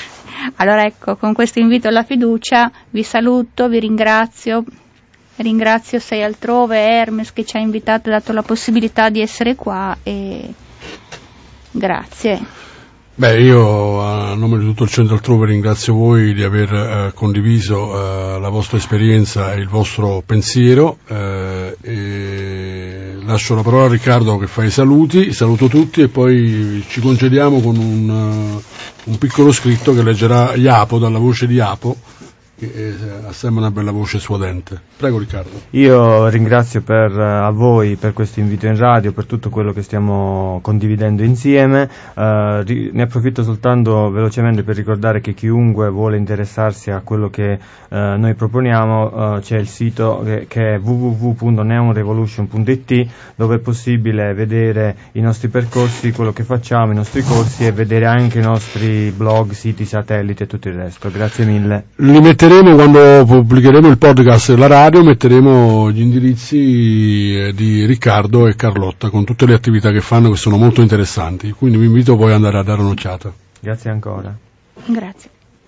Allora ecco, con questo invito alla fiducia vi saluto, vi ringrazio, ringrazio Sei Altrove, Hermes che ci ha invitato e dato la possibilità di essere qua e grazie. Beh, io a nome di tutto il Centro Altrove ringrazio voi di aver eh, condiviso eh, la vostra esperienza e il vostro pensiero eh, e lascio la parola a Riccardo che fa i saluti, saluto tutti e poi ci concediamo con un, uh, un piccolo scritto che leggerà Iapo, dalla voce di Iapo, che ha sempre una bella voce suadente. Prego Riccardo. Io ringrazio per, a voi per questo invito in radio, per tutto quello che stiamo condividendo insieme. Uh, ri, ne approfitto soltanto velocemente per ricordare che chiunque vuole interessarsi a quello che uh, noi proponiamo, uh, c'è il sito che, che è w w w punto neon revolution punto i t, dove è possibile vedere i nostri percorsi, quello che facciamo, i nostri corsi e vedere anche i nostri blog, siti, satelliti e tutto il resto. Grazie mille. Li metteremo quando pubblicheremo il podcast e la radio, metteremo gli indirizzi di Riccardo e Carlotta con tutte le attività che fanno, che sono molto interessanti, quindi vi invito poi ad andare a dare un'occhiata. Grazie ancora. Grazie.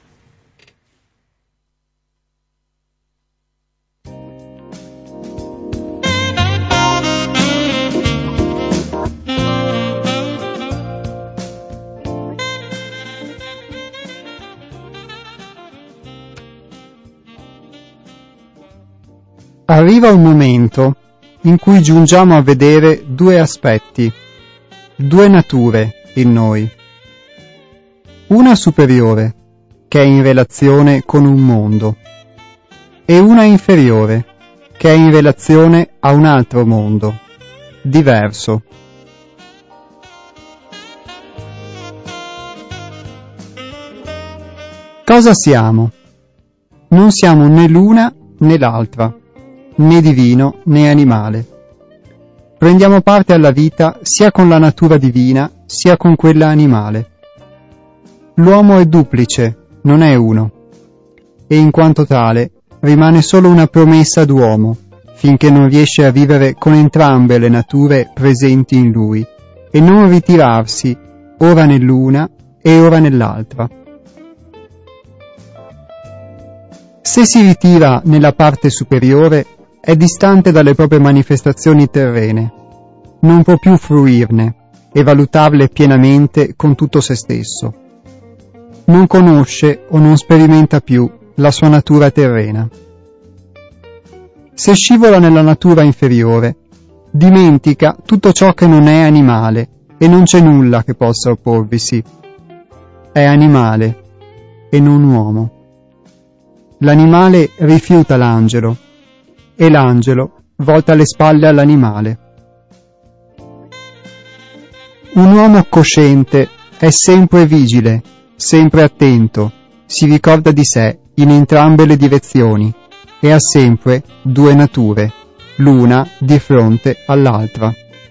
Arriva un momento in cui giungiamo a vedere due aspetti, due nature in noi. Una superiore, che è in relazione con un mondo, e una inferiore, che è in relazione a un altro mondo, diverso. Cosa siamo? Non siamo né l'una né l'altra, né divino né animale. Prendiamo parte alla vita sia con la natura divina sia con quella animale. L'uomo è duplice, non è uno, e in quanto tale rimane solo una promessa d'uomo, finché non riesce a vivere con entrambe le nature presenti in lui, e non ritirarsi ora nell'una e ora nell'altra. Se si ritira nella parte superiore, è distante dalle proprie manifestazioni terrene, non può più fruirne e valutarle pienamente con tutto se stesso. Non conosce o non sperimenta più la sua natura terrena. Se scivola nella natura inferiore, dimentica tutto ciò che non è animale e non c'è nulla che possa opporvisi. È animale e non uomo. L'animale rifiuta l'angelo e l'angelo volta le spalle all'animale. Un uomo cosciente è sempre vigile, sempre attento, si ricorda di sé in entrambe le direzioni e ha sempre due nature, l'una di fronte all'altra.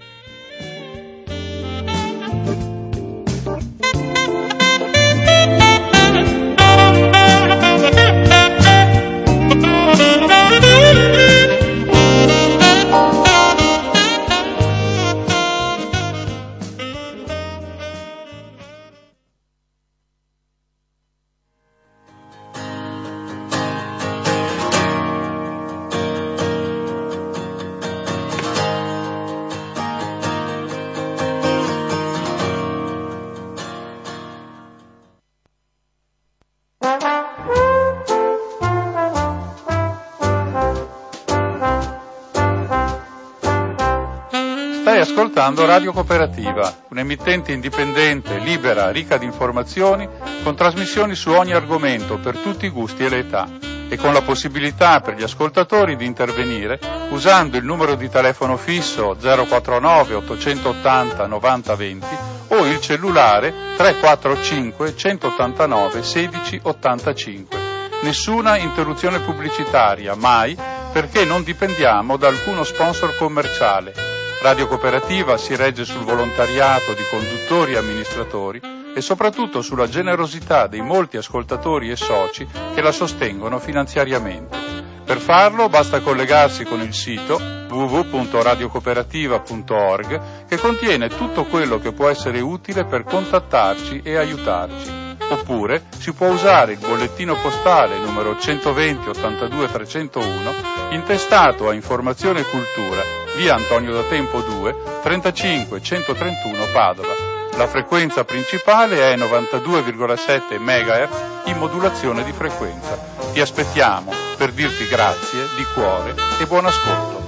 Stai ascoltando Radio Cooperativa, un'emittente indipendente, libera, ricca di informazioni, con trasmissioni su ogni argomento per tutti i gusti e le età, e con la possibilità per gli ascoltatori di intervenire usando il numero di telefono fisso zero quattro nove ottocentoottanta novanta venti o il cellulare tre quattro cinque centottantanove sedici ottantacinque. Nessuna interruzione pubblicitaria, mai, perché non dipendiamo da alcuno sponsor commerciale. Radio Cooperativa si regge sul volontariato di conduttori e amministratori e soprattutto sulla generosità dei molti ascoltatori e soci che la sostengono finanziariamente. Per farlo basta collegarsi con il sito w w w punto radiocooperativa punto org che contiene tutto quello che può essere utile per contattarci e aiutarci. Oppure si può usare il bollettino postale numero centoventi ottantadue trecentouno intestato a Informazione e Cultura, via Antonio da Tempo due, trentacinque centotrentuno Padova. La frequenza principale è novantadue virgola sette megahertz in modulazione di frequenza. Ti aspettiamo per dirti grazie di cuore e buon ascolto.